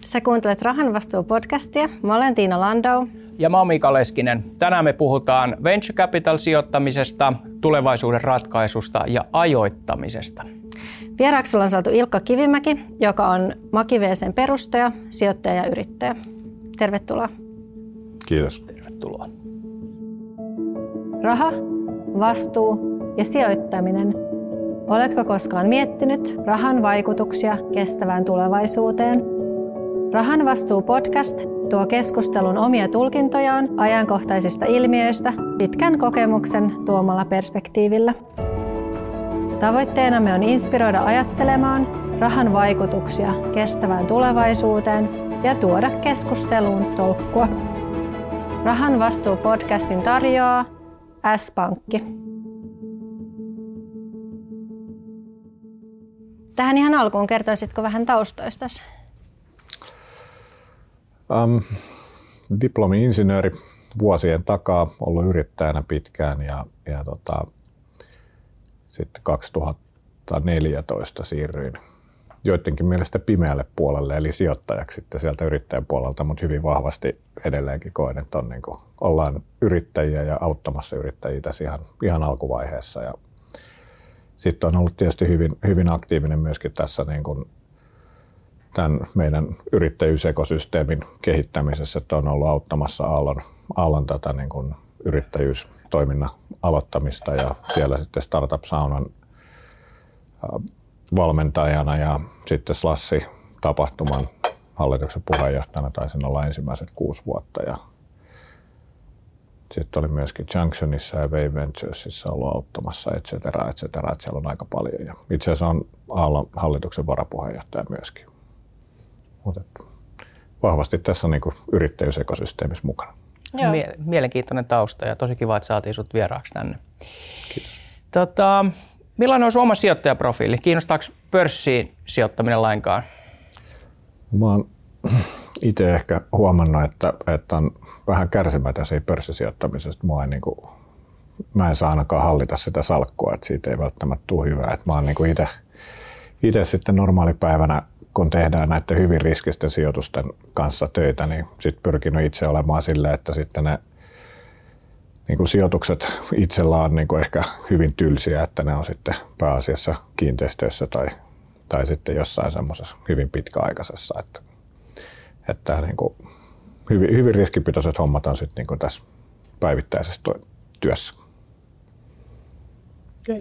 Sä kuuntelet Rahan vastuu-podcastia. Mä olen Tiina Landau. Ja mä oon Mika Leskinen. Tänään me puhutaan venture capital-sijoittamisesta, tulevaisuuden ratkaisusta ja ajoittamisesta. Vieraaksi ollaan saatu Ilkka Kivimäki, joka on Maki VC:n perustaja, sijoittaja ja yrittäjä. Tervetuloa. Kiitos. Tervetuloa. Raha, vastuu ja sijoittaminen. Oletko koskaan miettinyt rahan vaikutuksia kestävään tulevaisuuteen? Rahan vastuu-podcast tuo keskustelun omia tulkintojaan ajankohtaisista ilmiöistä pitkän kokemuksen tuomalla perspektiivillä. Tavoitteenamme on inspiroida ajattelemaan rahan vaikutuksia kestävään tulevaisuuteen ja tuoda keskusteluun tolkkua. Rahan vastuu-podcastin tarjoaa S-Pankki. Tähän ihan alkuun kertoisitko vähän taustoistasi? Diplomi-insinööri vuosien takaa, ollut yrittäjänä pitkään ja sitten 2014 siirryin joidenkin mielestä pimeälle puolelle, eli sijoittajaksi sitten sieltä yrittäjän puolelta, mutta hyvin vahvasti edelleenkin koen, että on ollaan yrittäjiä ja auttamassa yrittäjiä tässä ihan alkuvaiheessa. Ja sitten on ollut tietysti hyvin aktiivinen myöskin tässä tämän meidän yrittäjyysekosysteemin kehittämisessä, että on ollut auttamassa Aallon tätä yrittäjyystoiminnan aloittamista ja siellä sitten Startup Saunan valmentajana ja sitten Slassi-tapahtuman hallituksen puheenjohtajana taisin olla ensimmäiset 6 vuotta ja sitten oli myöskin Junctionissa ja Wave Venturesissa ollut auttamassa, et cetera, että siellä on aika paljon. Ja itse asiassa on Aallon hallituksen varapuheenjohtaja myöskin. Mutta vahvasti tässä on yrittäjyysekosysteemissä mukana. Mielenkiintoinen tausta ja tosi kiva, että saatiin sut vieraaksi tänne. Kiitos. Millainen on oma sijoittajaprofiili? Kiinnostaako pörssiin sijoittaminen lainkaan? Mä oon itse ehkä huomannut, että on vähän kärsimätön siitä pörssisijoittamisesta. Mä en saa ainakaan hallita sitä salkkua, että siitä ei välttämättä tule hyvää. Että mä oon itse sitten normaalipäivänä, kun tehdään näiden hyvin riskisten sijoitusten kanssa töitä, niin sitten pyrkinyt itse olemaan silleen, että sitten ne sijoitukset itsellä on ehkä hyvin tylsiä, että ne on sitten pääasiassa kiinteistöissä tai sitten jossain semmoisessa hyvin pitkäaikaisessa, että hyvin riskipitoiset hommat on sitten tässä päivittäisessä työssä. Okay.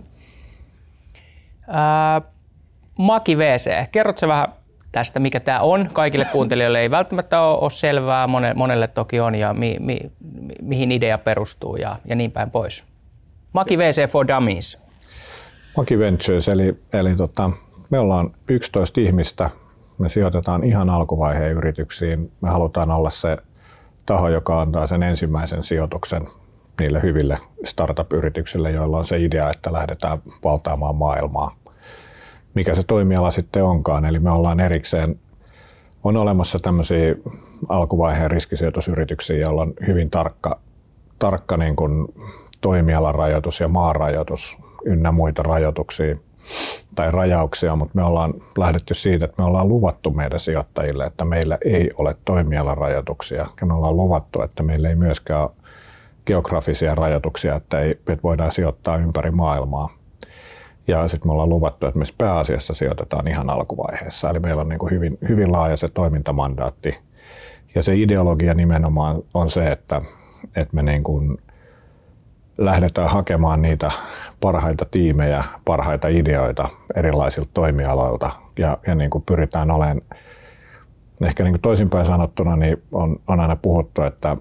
Maki VC, kerrotko vähän tästä, mikä tämä on? Kaikille kuuntelijoille ei välttämättä ole selvää, monelle toki on ja mihin idea perustuu ja niin päin pois. Maki VC for Dummies. Maki Ventures, eli me ollaan 11 ihmistä, me sijoitetaan ihan alkuvaiheen yrityksiin. Me halutaan olla se taho, joka antaa sen ensimmäisen sijoituksen niille hyville startup-yrityksille, joilla on se idea, että lähdetään valtaamaan maailmaa. Mikä se toimiala sitten onkaan. Eli me ollaan erikseen, on olemassa tämmöisiä alkuvaiheen riskisijoitusyrityksiä, joilla on hyvin tarkka toimialarajoitus ja maarajoitus ynnä muita rajoituksia tai rajauksia, mutta me ollaan lähdetty siitä, että me ollaan luvattu meidän sijoittajille, että meillä ei ole toimialarajoituksia ja me ollaan luvattu, että meillä ei myöskään ole geografisia rajoituksia, että voidaan sijoittaa ympäri maailmaa. Ja sitten me ollaan luvattu, että me pääasiassa sijoitetaan ihan alkuvaiheessa. Eli meillä on hyvin laaja se toimintamandaatti. Ja se ideologia nimenomaan on se, että me lähdetään hakemaan niitä parhaita tiimejä, parhaita ideoita erilaisilta toimialoilta. Ja pyritään olemaan, ehkä toisinpäin sanottuna, niin on aina puhuttu, että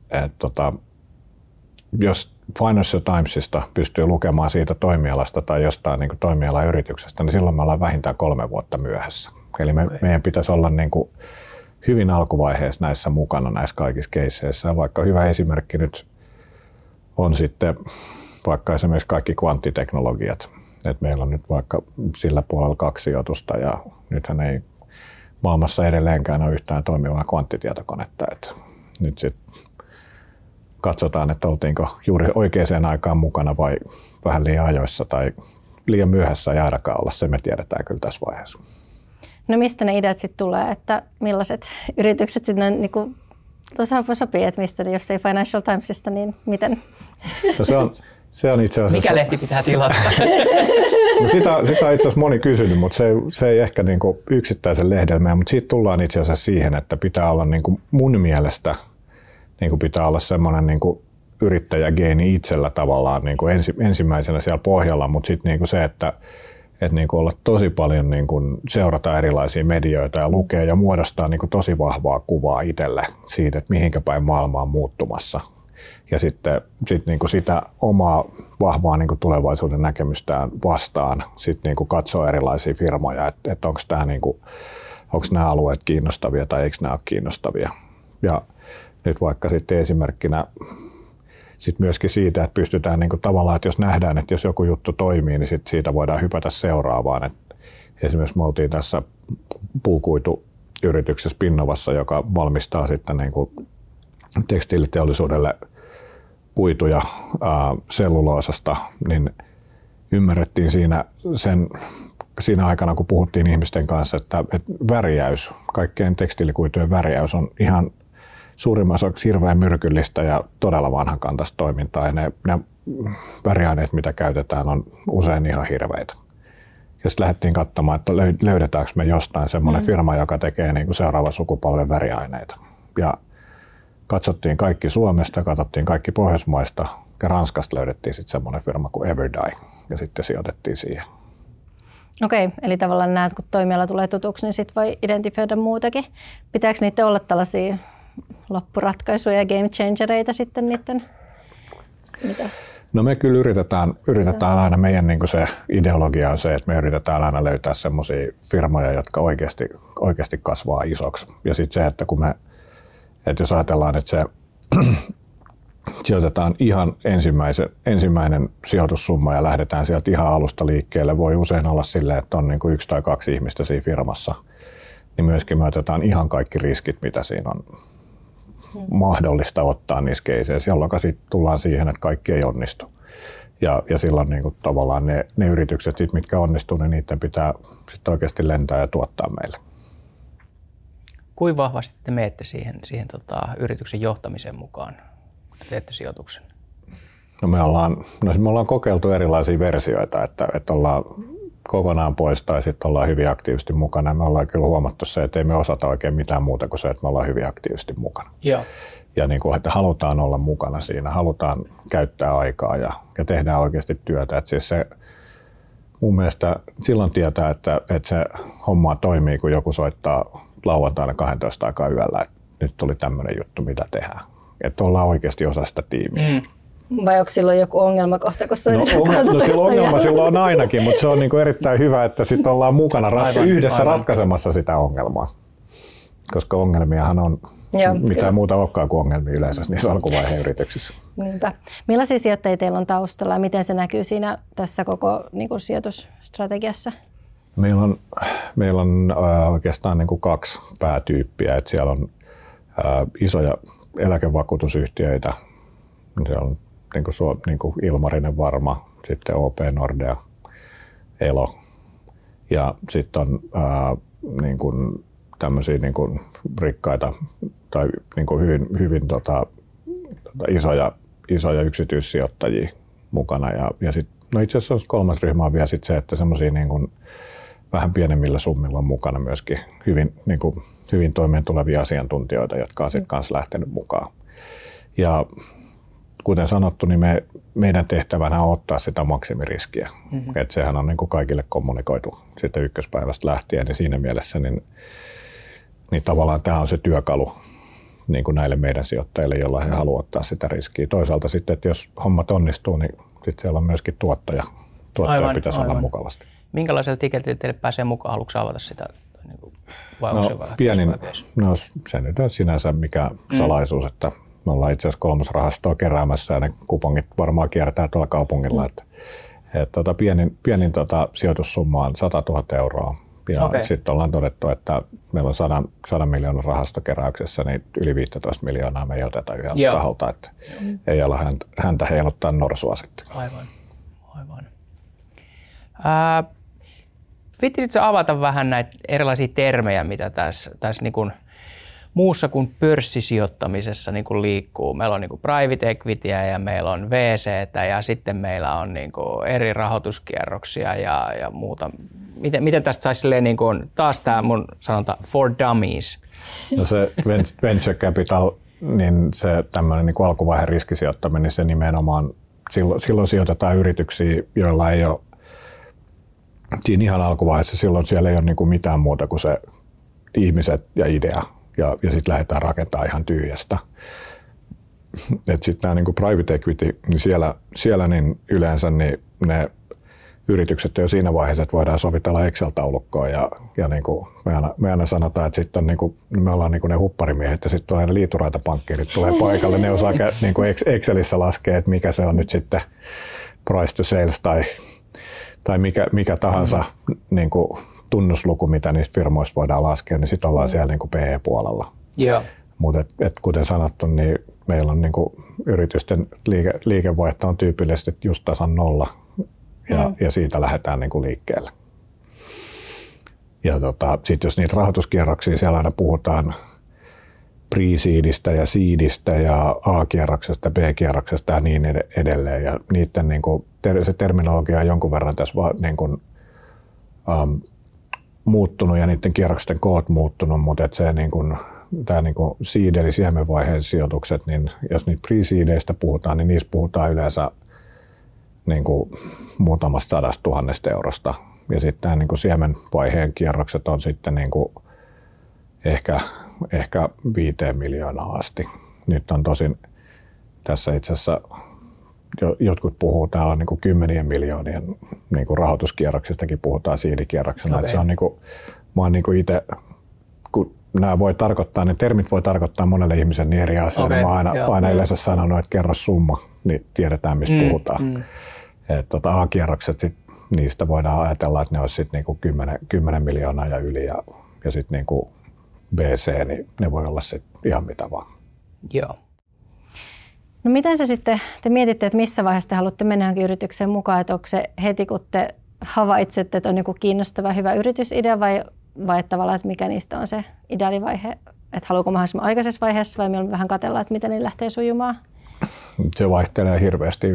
jos Financial Timesista pystyy lukemaan siitä toimialasta tai jostain toimialayrityksestä, niin silloin me ollaan vähintään 3 vuotta myöhässä. Eli meidän pitäisi olla hyvin alkuvaiheessa näissä mukana näissä kaikissa keisseissä. Vaikka hyvä esimerkki nyt on sitten vaikka esimerkiksi kaikki kvanttiteknologiat. Et meillä on nyt vaikka sillä puolella 2 sijoitusta ja nythän ei maailmassa edelleenkään ole yhtään toimivaa kvanttitietokonetta. Et nyt sitten katsotaan, että oltiinko juuri oikeaan aikaan mukana vai vähän liian ajoissa tai liian myöhässä ei ainakaan olla. Se me tiedetään kyllä tässä vaiheessa. No mistä ne ideat sitten tulee, että millaiset yritykset sitten niinku, tuossa sopii, että mistä, jos ei Financial Timesista, niin miten? No se on itse asiassa... Mikä lehti pitää tilata? No sitä on itse asiassa moni kysynyt, mutta se ei ehkä niinku yksittäisen lehdelmää, mutta siitä tullaan itse asiassa siihen, että pitää olla niinku mun mielestä niinku pitää olla semmoinen niinku yrittäjägeeni itsellä tavallaan niinku ensimmäisenä siellä pohjalla, mutta sitten niinku se, että niinku olla tosi paljon niinku seurata erilaisia medioita ja lukea ja muodostaa niinku tosi vahvaa kuvaa itselle siitä, että mihinkä päin maailma on muuttumassa. Ja sitten niinku sitä omaa vahvaa niinku tulevaisuuden näkemystään vastaan sitten niinku katsoo erilaisia firmoja, että onko nämä alueet kiinnostavia tai eikö nämä ole kiinnostavia. Ja nyt vaikka sitten esimerkkinä sit myöskin siitä, että pystytään niinku tavallaan, että jos nähdään, että jos joku juttu toimii, niin siitä voidaan hypätä seuraavaan. Et esimerkiksi me oltiin tässä puukuituyrityksessä Pinnovassa, joka valmistaa sitten niinku tekstiiliteollisuudelle kuituja selluloosasta, niin ymmärrettiin siinä aikana, kun puhuttiin ihmisten kanssa, että värjäys, kaikkien tekstiilikuitujen värjäys on ihan suurimmassa osaksi hirveän myrkyllistä ja todella vanhakantaista toimintaa. Ja ne väriaineet, mitä käytetään, on usein ihan hirveitä. Ja sitten lähdettiin katsomaan, että löydetäänkö me jostain semmoinen firma, joka tekee niin kuin seuraavan sukupolven väriaineita. Ja katsottiin kaikki Suomesta, katsottiin kaikki Pohjoismaista ja Ranskasta löydettiin sitten semmoinen firma kuin Everdye ja sitten sijoitettiin siihen. Okei, eli tavallaan näet, kun toimiala tulee tutuksi, niin sitten voi identifioida muutakin. Pitääkö niitä olla tällaisia loppuratkaisuja ja game changereita sitten niiden? Mitä? No me kyllä yritetään aina, meidän niin kuin se ideologia on se, että me yritetään aina löytää semmoisia firmoja, jotka oikeasti kasvaa isoksi. Ja sitten se, että että jos ajatellaan, että se sijoitetaan ihan ensimmäinen sijoitussumma ja lähdetään sieltä ihan alusta liikkeelle, voi usein olla silleen, että on niin kuin 1 tai 2 ihmistä siinä firmassa, niin myöskin me otetaan ihan kaikki riskit, mitä siinä on mahdollista ottaa niissä keiseissä, jolloin sitten tullaan siihen, että kaikki ei onnistu. Ja silloin niin kuin tavallaan ne yritykset, mitkä onnistuu, niin niiden pitää sitten oikeasti lentää ja tuottaa meille. Kuinka vahvasti te menette siihen yrityksen johtamiseen mukaan, kun te teette sijoituksen? No me ollaan kokeiltu erilaisia versioita, että ollaan kokonaan pois tai sitten ollaan hyvin aktiivisesti mukana. Me ollaan kyllä huomattu se, että ei me osata oikein mitään muuta kuin se, että me ollaan hyvin aktiivisesti mukana. Joo. Ja niin kuin, että halutaan olla mukana siinä, halutaan käyttää aikaa ja tehdään oikeasti työtä. Että siis se, mun mielestä silloin tietää, että se homma toimii, kun joku soittaa lauantaina 12 aikaa yöllä, että nyt tuli tämmöinen juttu, mitä tehdään. Että ollaan oikeasti osa sitä tiimiä. Vai onko silloin joku ongelmakohta, kun soitetaan ongelma silloin on ainakin, mutta se on niin kuin erittäin hyvä, että sitten ollaan mukana yhdessä ratkaisemassa sitä ongelmaa. Koska ongelmiahan on mitään muuta olekaan kuin ongelmia yleensä niissä alkuvaiheen yrityksissä. Niinpä. Millaisia sijoittajia teillä on taustalla ja miten se näkyy siinä tässä koko niin kuin sijoitusstrategiassa? Meillä on oikeastaan niin kuin 2 päätyyppiä. Että siellä on isoja eläkevakuutusyhtiöitä. Siellä on niin kuin Ilmarinen Varma, sitten OP Nordea, Elo. Ja sitten on niin kuin tämmöisiä niin kuin rikkaita tai niin kuin hyvin isoja yksityissijoittajia mukana. Ja sitten, no itse asiassa 3. ryhmä on vielä sitten se, että semmoisia niin kuin vähän pienemmillä summilla on mukana myöskin hyvin toimeen tulevia asiantuntijoita, jotka on sitten kanssa lähtenyt mukaan. Ja kuten sanottu, niin meidän tehtävänä on ottaa sitä maksimiriskiä. Että sehän on niin kuin kaikille kommunikoitu sitten ykköspäivästä lähtien, niin siinä mielessä niin tavallaan tämä on se työkalu niin kuin näille meidän sijoittajille, jolla he haluavat ottaa sitä riskiä. Toisaalta sitten, että jos hommat onnistuu, niin sitten siellä on myöskin tuottaja pitäisi olla mukavasti. Minkälaisella tikettillä teille pääsee mukaan? Haluatko avata sitä? Vai se nyt on sinänsä mikä salaisuus, että me ollaan itse asiassa 3. rahastoa keräämässä ja ne kupongit varmaan kiertää tuolla kaupungilla. Pienin sijoitussumma on 100 000 euroa. Ja sitten ollaan todettu, että meillä on 100 miljoonan rahastokeräyksessä, niin yli 15 miljoonaa me ei oteta yhdeltä taholta, että ei olla häntä heiluttaa norsua sitten. Aivan. Viittisitkö avata vähän näitä erilaisia termejä, mitä tässä niin kuin muussa kuin pörssisijoittamisessa niin kuin liikkuu? Meillä on niin kuin private equityä ja meillä on VC:tä ja sitten meillä on niin kuin eri rahoituskierroksia ja muuta. Miten tästä saisi niin kuin, taas tämä mun sanonta for dummies? No se venture capital, niin se tämmöinen niin kuin alkuvaiheen riskisijoittaminen, niin se nimenomaan silloin sijoitetaan yrityksiä, joilla ei ole siinä ihan alkuvaiheessa, silloin siellä ei ole niin kuin mitään muuta kuin se ihmiset ja idea, ja sitten lähdetään rakentamaan ihan tyhjästä. Sitten nämä niin kuin private equity, niin siellä niin yleensä niin ne yritykset jo siinä vaiheessa, että voidaan sovitella Excel-taulukkoon ja niin kuin me aina sanotaan, että sitten on niin kuin, me ollaan niin kuin ne hupparimiehet ja sitten tulee ne liituraitapankkiirit tulee paikalle, ne osaa niin kuin Excelissä laskea, että mikä se on nyt sitten price to sales tai mikä tahansa niin kuin tunnusluku, mitä niistä firmoista voidaan laskea, niin sitten ollaan siellä niin kuin PE-puolella. Joo. Mutta kuten sanottu, niin meillä on niin kuin yritysten liikevaihto on tyypillisesti just tasan 0 ja siitä lähdetään niin kuin liikkeelle. Ja sitten jos niitä rahoituskierroksia, siellä aina puhutaan pre-seedistä ja seedistä ja A-kierroksesta, B-kierroksesta ja niin edelleen. Ja niiden niin kuin, se terminologia on jonkun verran tässä niin kuin, muuttunut ja niiden kierroksien koot muuttunut, mutta et se niin kuin, tämä niin kuin seed eli siemenvaiheen sijoitukset, niin jos niitä pre-seedeistä puhutaan, niin niissä puhutaan yleensä niin kuin muutamasta 100 000 eurosta. Ja sitten nämä niin kuin siemenvaiheen kierrokset on sitten niin kuin ehkä 5 miljoonaa asti. Nyt on tosin tässä itse asiassa jotkut puhuu täällä niin kuin 10 miljoonien niin kuin rahoituskierroksistakin puhutaan seed-kierroksena. Okay. Se on niin kuin, mä oon niin kuin itse, kun nämä voi tarkoittaa, ne termit voi tarkoittaa monelle ihmiselle niin eri asioita. Okay. Mä oon aina yleensä sanonut, että kerro summa, niin tiedetään mistä puhutaan. A-kierrokset, sit, niistä voidaan ajatella, että ne olisi sit niinku 10 miljoonaa ja yli ja sitten niinku BC, niin ne voi olla sit ihan mitä vaan. Joo. No miten se sitten, te mietitte, että missä vaiheessa te haluatte mennä johonkin yritykseen mukaan, että onko se heti kun te havaitsette, että on joku kiinnostava hyvä yritysidea vai tavallaan, että mikä niistä on se ideaalivaihe, että haluuko mahdollisimman aikaisessa vaiheessa vai milloin vähän katsella, että miten ne lähtee sujumaan? Se vaihtelee hirveästi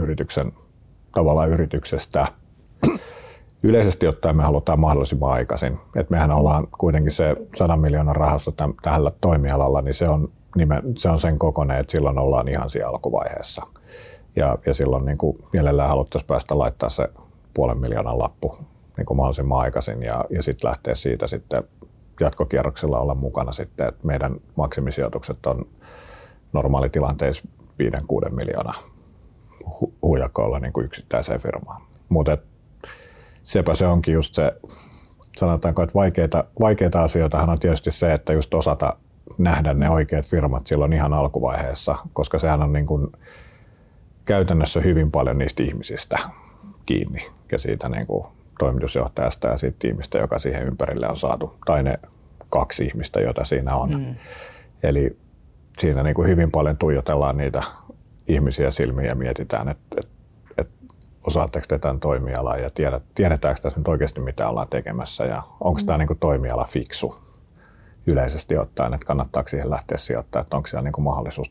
yrityksestä. Yleisesti ottaen me halutaan mahdollisimman aikaisin. Et mehän ollaan kuitenkin se 100 miljoonan rahasto tällä toimialalla, niin se on sen kokoinen, että silloin ollaan ihan siinä alkuvaiheessa. Ja silloin niin kuin mielellään haluttaisiin päästä laittaa se 500 000 lappu niin kuin mahdollisimman aikaisin ja sitten lähteä siitä sitten jatkokierroksella olla mukana sitten, että meidän maksimisijoitukset on normaalitilanteessa 5-6 miljoonaa huijakoilla niin kuin yksittäiseen firmaan. Mutta sepä se onkin just se, sanotaanko, että vaikeita asioitahan on tietysti se, että just osata nähdä ne oikeat firmat silloin ihan alkuvaiheessa, koska sehän on niin kuin käytännössä hyvin paljon niistä ihmisistä kiinni ja siitä niin kuin toimitusjohtajasta ja siitä tiimistä, joka siihen ympärille on saatu, tai ne 2 ihmistä, joita siinä on. Eli siinä niin kuin hyvin paljon tuijotellaan niitä ihmisiä silmiin ja mietitään, että osaatteko te tämän toimialan ja tiedetäänkö tässä nyt oikeasti mitä ollaan tekemässä ja onko tämä niin kuin toimiala fiksu yleisesti ottaen, että kannattaako siihen lähteä sijoittamaan, että onko siellä niin kuin mahdollisuus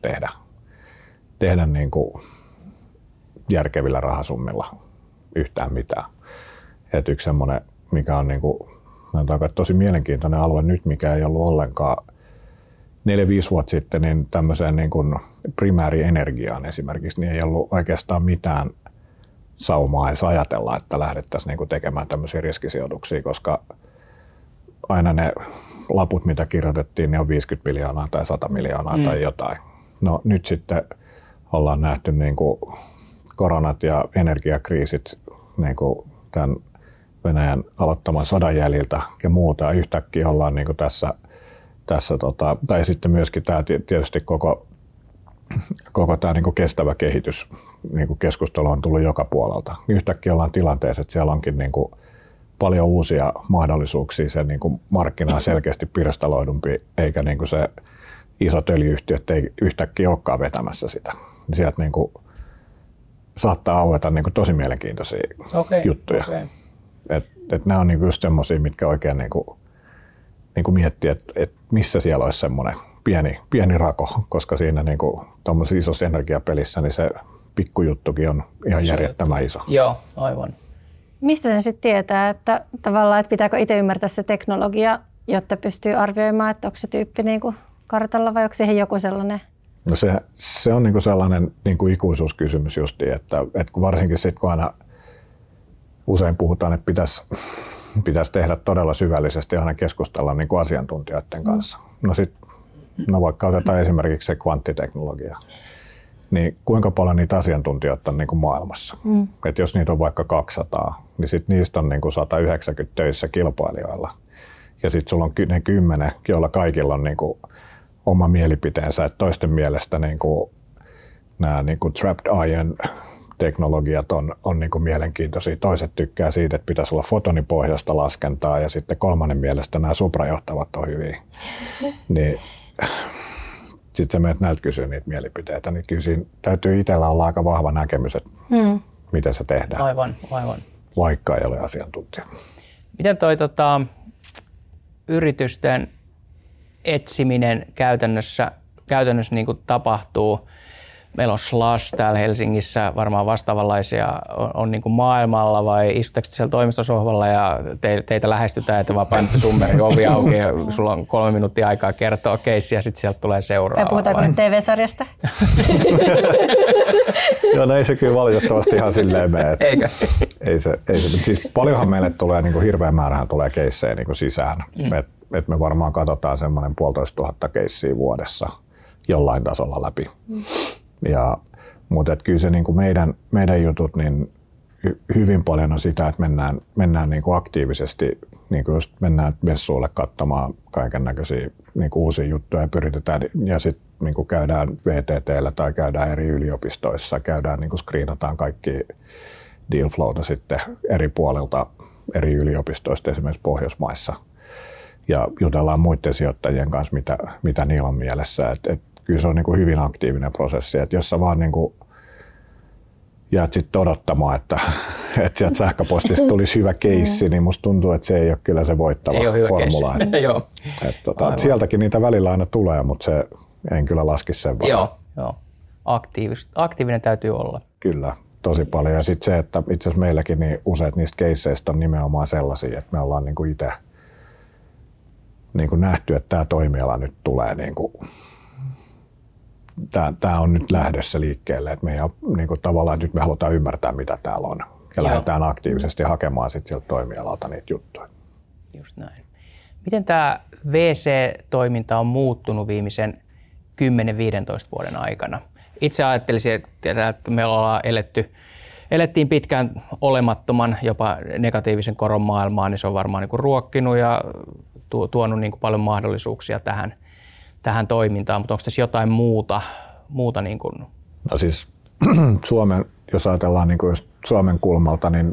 tehdä niin kuin järkevillä rahasummilla yhtään mitään. Et yksi semmoinen, mikä on niin kuin, tosi mielenkiintoinen alue nyt, mikä ei ollut ollenkaan 4-5 vuotta sitten, niin tämmöiseen niin kuin primäärienergiaan esimerkiksi, niin ei ollut oikeastaan mitään saumaa edes ajatella, että lähdettäisiin niin kuin tekemään tämmöisiä riskisijoituksia, koska aina ne laput, mitä kirjoitettiin, niin on 50 miljoonaa tai 100 miljoonaa tai jotain. No nyt sitten ollaan nähty niin kuin koronat ja energiakriisit niin kuin tämän Venäjän aloittaman sodan jäljiltä ja muuta. Ja yhtäkkiä ollaan niin kuin tässä tai sitten myöskin tämä tietysti koko tämä niin kuin kestävä kehitys, niin kuin keskustelu on tullut joka puolelta. Yhtäkkiä ollaan tilanteessa, että siellä onkin niin kuin paljon uusia mahdollisuuksia, se niin kuin markkina on selkeästi pirstaloidumpi, eikä niin kuin se isot öljy-yhtiöt ei yhtäkkiä olekaan vetämässä sitä. Sieltä niin kuin saattaa aueta niin kuin tosi mielenkiintoisia juttuja. nämä on niin kuin just semmoisia, mitkä oikein niin kuin miettii, että missä siellä olisi semmoinen pieni rako, koska siinä niin kuin tuommoisessa isossa energiapelissä niin se pikkujuttukin on ihan järjettömän iso. Joo, aivan. Mistä sen sitten tietää, että tavallaan, että pitääkö itse ymmärtää se teknologia, jotta pystyy arvioimaan, että onko se tyyppi niin kuin kartalla vai onko siihen joku sellainen? No se on niin kuin sellainen niin kuin ikuisuuskysymys justiin, että kun varsinkin sitten kun aina usein puhutaan, että pitäisi tehdä todella syvällisesti ja aina keskustella niin kuin asiantuntijoiden kanssa. No vaikka otetaan esimerkiksi se kvanttiteknologia. Niin kuinka paljon niitä asiantuntijoita on niin kuin maailmassa? Et jos niitä on vaikka 200, niin sit niistä on niin kuin 190 töissä kilpailijoilla. Ja sitten sulla on ne 10, joilla kaikilla on niin kuin oma mielipiteensä. Et toisten mielestä niin kuin nämä niin kuin trapped ion teknologiat on niin kuin mielenkiintoisia. Toiset tykkää siitä, että pitäisi olla fotonipohjaista laskentaa ja sitten kolmannen mielestä nämä suprajohtavat on hyviä. Niin sitten sä menet näiltä kysyä niitä mielipiteitä, niin kyllä siinä täytyy itsellä olla aika vahva näkemys, että miten se tehdään. Aivan. Vaikka ei ole asiantuntija. Miten toi yritysten etsiminen käytännössä niin kuin tapahtuu? Meillä on Slush täällä Helsingissä, varmaan vastaavanlaisia on niin kuin maailmalla, vai istutteko siellä toimistosohvalla ja teitä lähestytään, että vaan painatte summerin ovi auki ja sulla on 3 minuuttia aikaa kertoa keissi ja sitten sieltä tulee seuraava. Vai puhutaanko nyt TV-sarjasta? Joo, no ei se kyllä valitettavasti ihan silleen mene. Eikö? Ei se. Siis paljonhan meille tulee, niin kuin hirveä määrähän tulee keissejä niin kuin sisään. Et me varmaan katsotaan semmoinen 1500 keissiä vuodessa jollain tasolla läpi. Mutta kyllä se niin kuin meidän jutut niin hyvin paljon on sitä, että mennään niin kuin aktiivisesti, niin kuin just mennään messuille katsomaan kaiken näköisiä niin kuin uusia juttuja ja pyritetään ja sitten niin kuin käydään VTT:llä tai käydään eri yliopistoissa, käydään niin kuin screenataan kaikki deal flowta sitten eri puolilta eri yliopistoista esimerkiksi Pohjoismaissa ja jutellaan muiden sijoittajien kanssa, mitä niillä on mielessä. Kyllä se on niin kuin hyvin aktiivinen prosessi, että jos sä vaan niin kuin jäät sitten odottamaan, että sieltä sähköpostista tulisi hyvä keissi, niin musta tuntuu, että se ei ole kyllä se voittava formula. Sieltäkin niitä välillä aina tulee, mutta se en kyllä laski sen varmaan. Joo. Aktiivinen täytyy olla. Kyllä, tosi paljon. Ja sitten se, että itse asiassa meilläkin niin useat niistä keisseistä on nimenomaan sellaisia, että me ollaan niin kuin itse niin kuin nähty, että tämä toimiala nyt tulee niin kuin tämä on nyt lähdössä liikkeelle, että me ei ole, niin kuin tavallaan, että nyt me halutaan ymmärtää, mitä täällä on. Ja lähdetään aktiivisesti hakemaan sit sieltä toimialalta niitä juttuja. Just näin. Miten tämä VC-toiminta on muuttunut viimeisen 10-15 vuoden aikana? Itse ajattelisin, että me ollaan elettiin pitkään olemattoman, jopa negatiivisen koron maailmaa, niin se on varmaan niin kuin ruokkinut ja tuonut niin kuin paljon mahdollisuuksia tähän toimintaan, mutta onko tässä jotain muuta niin kuin? No siis Suomen, jos ajatellaan niin kuin Suomen kulmalta, niin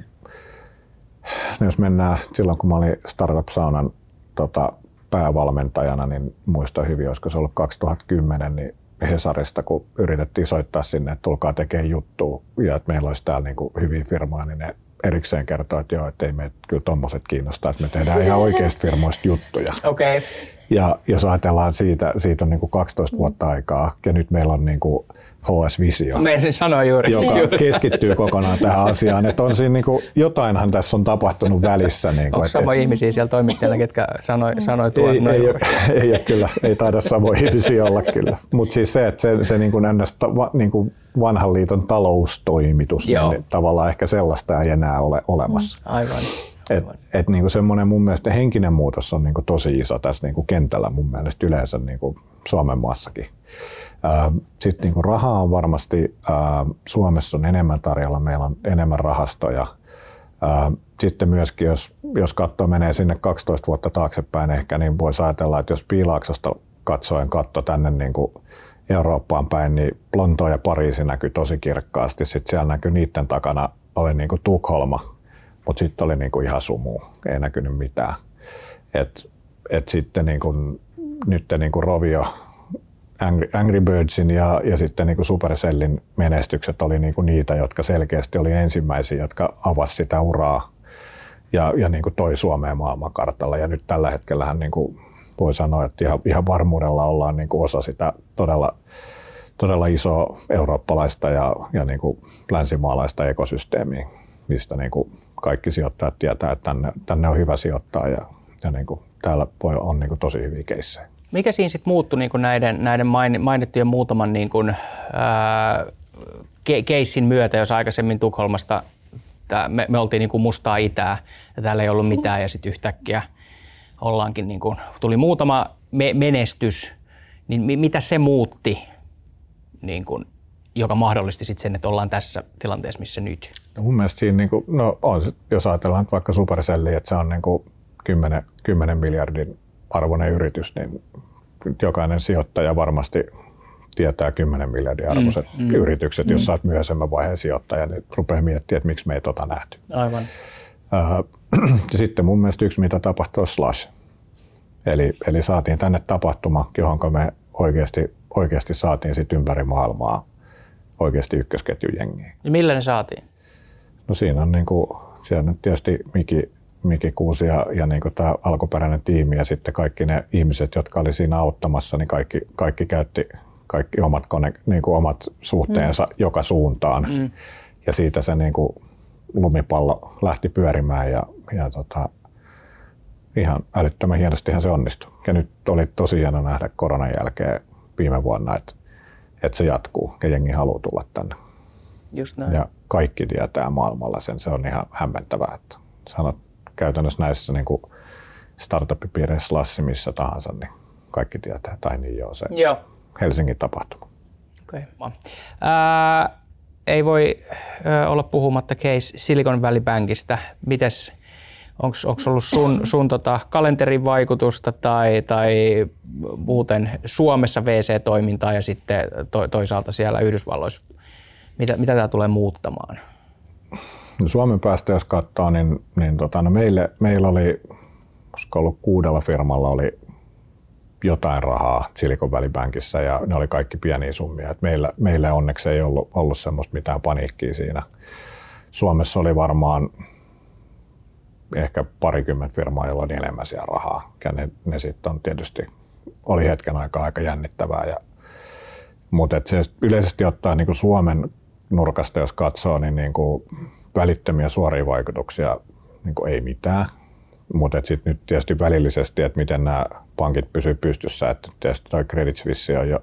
jos mennään silloin, kun mä olin Startup Saunan päävalmentajana, niin muistan hyvin, olisiko se ollut 2010, niin Hesarista, kun yritettiin soittaa sinne, että tulkaa tekemään juttua ja että meillä olisi täällä niin kuin hyviä firmoja, niin ne erikseen kertoo, että joo, että ei meitä kyllä tommoset kiinnostaa, että me tehdään ihan oikeista firmoista juttuja. Okay. Ja jos ajatellaan siitä on niin kuin 12 vuotta aikaa ja nyt meillä on niin kuin HS-visio, joka keskittyy kokonaan tähän asiaan. Että on siinä niin kuin, jotainhan tässä on tapahtunut välissä. Niin onko samoja ihmisiä siellä toimittajilla, ketkä sanoi tuon? Ei ole kyllä, ei taida samoja ihmisiä olla kyllä. Mutta siis se, että se niin kuin niin kuin vanhan liiton taloustoimitus, niin tavallaan ehkä sellaista ei enää ole olemassa. Aivan. Et niinku semmoinen mun mielestä henkinen muutos on niinku tosi iso tässä niinku kentällä mun mielestä yleensä niinku Suomen maassakin. Sitten niinku rahaa on varmasti, Suomessa on enemmän tarjolla, meillä on enemmän rahastoja. Sitten myöskin, jos katto menee sinne 12 vuotta taaksepäin ehkä, niin voisi ajatella, että jos Piilaaksosta katsoen katto tänne niinku Eurooppaan päin, niin Lontoa ja Pariisi näkyi tosi kirkkaasti. Sitten siellä näkyi niiden takana oli niinku Tukholma. Mutta sitten oli niinku ihan sumu, ei näkynyt mitään. Et sitten niinku, nyt niinku Rovio, Angry Birdsin ja sitten niinku Supercellin menestykset oli niinku niitä, jotka selkeästi oli ensimmäisiä, jotka avasi sitä uraa ja niin kuin toi Suomeen maailmankartalla. Ja nyt tällä hetkellähän niin kuin voi sanoa, että ihan varmuudella ollaan niin kuin osa sitä todella isoa eurooppalaista ja niin kuin länsimaalaista ekosysteemiä, mistä niin kuin kaikki sijoittajat tietää, että tänne on hyvä sijoittaa ja niin kuin täällä on niin kuin tosi hyviä keissejä. Mikä siinä sitten muuttui niin kuin näiden mainittujen muutaman niin kuin, keissin myötä, jos aikaisemmin Tukholmasta me oltiin niin kuin mustaa itää ja täällä ei ollut mitään ja sitten yhtäkkiä ollaankin, niin kuin, tuli muutama menestys, niin mitä se muutti, niin kuin, joka mahdollisti sitten sen, että ollaan tässä tilanteessa, missä nyt? No mun mielestä siinä, niin kuin, jos ajatellaan vaikka Supercellia, että se on niin kuin 10 miljardin arvoinen yritys, niin jokainen sijoittaja varmasti tietää 10 miljardin arvoiset yritykset. Jos sä oot myöhemmän vaiheen sijoittaja, niin rupeaa miettimään, että miksi me ei tota nähty. Aivan. Ja sitten mun mielestä yksi, mitä tapahtui, on Slush. Eli saatiin tänne tapahtuma, johon me oikeasti saatiin sit ympäri maailmaa oikeasti ykkösketjujengiä. Ja millä ne saatiin? No siinä on siellä nyt tietysti Miki Kuusi ja niin tämä alkuperäinen tiimi ja sitten kaikki ne ihmiset, jotka oli siinä auttamassa, niin kaikki käytti kaikki omat suhteensa joka suuntaan. Ja siitä se lumipallo lähti pyörimään ja ihan älyttömän hienostihan se onnistui. Ja nyt oli tosi hieno nähdä koronan jälkeen viime vuonna, että se jatkuu ja jengi haluaa tulla tänne. Just näin. Ja kaikki tietää maailmalla sen. Se on ihan hämmentävää, että sanot käytännössä näissä startup-piireissä Slush missä tahansa, niin kaikki tietää. Tai niin joo, se Helsingin tapahtuma. Okay. Ei voi olla puhumatta case Silicon Valley Bankista. Mites, onko ollut sun kalenterin vaikutusta tai muuten Suomessa VC-toimintaa ja sitten toisaalta siellä Yhdysvalloissa? Mitä tämä tulee muuttamaan? No Suomen päästä jos katsoo, niin meillä oli, olisiko ollut 6 firmalla oli jotain rahaa Silicon Valley Bankissa ja ne oli kaikki pieniä summia. Et meillä onneksi ei ollut semmoista mitään paniikkiä siinä. Suomessa oli varmaan ehkä 20 firmaa, joilla on enemmän siellä rahaa. Ja ne sitten on tietysti, oli hetken aikaa aika jännittävää. Mutta se yleisesti ottaen niin Suomen nurkasta, jos katsoo, niin välittömiä suoria vaikutuksia ei mitään. Mutta sitten nyt tietysti välillisesti, että miten nämä pankit pysyy pystyssä, että tietysti toi Credit Suisse on jo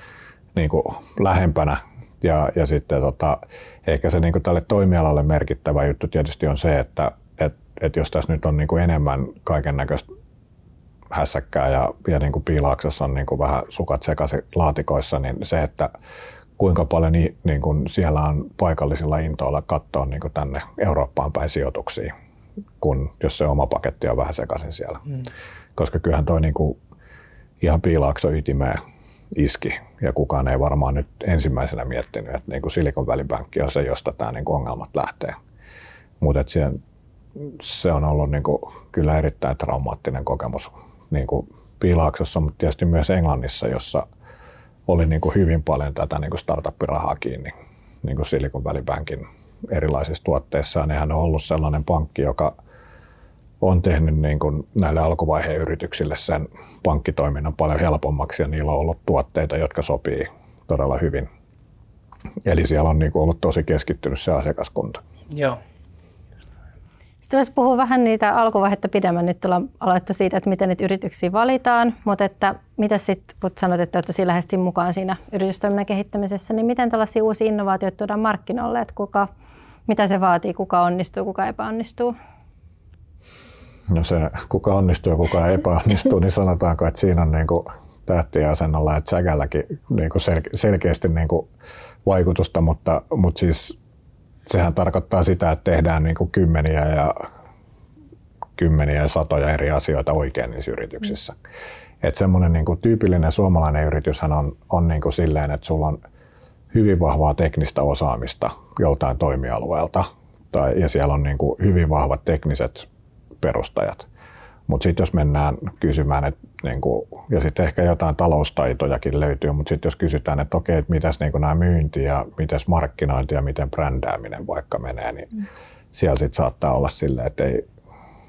lähempänä. Ja sitten ehkä se tälle toimialalle merkittävä juttu tietysti on se, että jos tässä nyt on enemmän kaiken näköistä hässäkkää ja Piilaaksossa on vähän sukat sekaisin laatikoissa, niin se, että kuinka paljon siellä on paikallisilla intoilla katsoa tänne Eurooppaan päin sijoituksia, kun jos se oma paketti on vähän sekaisin siellä. Koska kyllähän toi ihan Piilaakso ytimeen iski ja kukaan ei varmaan nyt ensimmäisenä miettinyt, että Silicon Valley Bank on se, josta tämä ongelmat lähtee. Mutta se on ollut kyllä erittäin traumaattinen kokemus Piilaaksossa, mutta tietysti myös Englannissa, jossa oli hyvin paljon tätä startup-rahaa kiinni Silicon Valley Bankin erilaisissa tuotteissa. Ja nehän on ollut sellainen pankki, joka on tehnyt näille alkuvaiheen yrityksille sen pankkitoiminnan paljon helpommaksi ja niillä on ollut tuotteita, jotka sopii todella hyvin. Eli siellä on ollut tosi keskittynyt se asiakaskunta. Joo. Sitten voisi puhua vähän niitä alkuvaihetta pidemmän. Nyt ollaan aloittu siitä, että miten niitä yrityksiä valitaan, mutta että mitä sitten, kun sanot, että olet tosi läheisesti mukaan siinä yritystoiminnan kehittämisessä, niin miten tällaisia uusia innovaatioita tuodaan markkinoille, että mitä se vaatii, kuka onnistuu, kuka epäonnistuu? No se, kuka onnistuu ja kuka epäonnistuu, niin sanotaanko, että siinä on tähtiasennalla, että säkälläkin selkeästi vaikutusta, mutta siis sehän tarkoittaa sitä, että tehdään kymmeniä ja satoja eri asioita oikein niissä yrityksissä. Että semmoinen tyypillinen suomalainen yrityshän on silleen, että sulla on hyvin vahvaa teknistä osaamista joltain toimialueelta ja siellä on hyvin vahvat tekniset perustajat. Mutta sitten jos mennään kysymään, ja sitten ehkä jotain taloustaitojakin löytyy, mutta sitten jos kysytään, että okei, että mitäs nämä myynti ja mitäs markkinointi ja miten brändääminen vaikka menee, niin siellä sitten saattaa olla silleen, että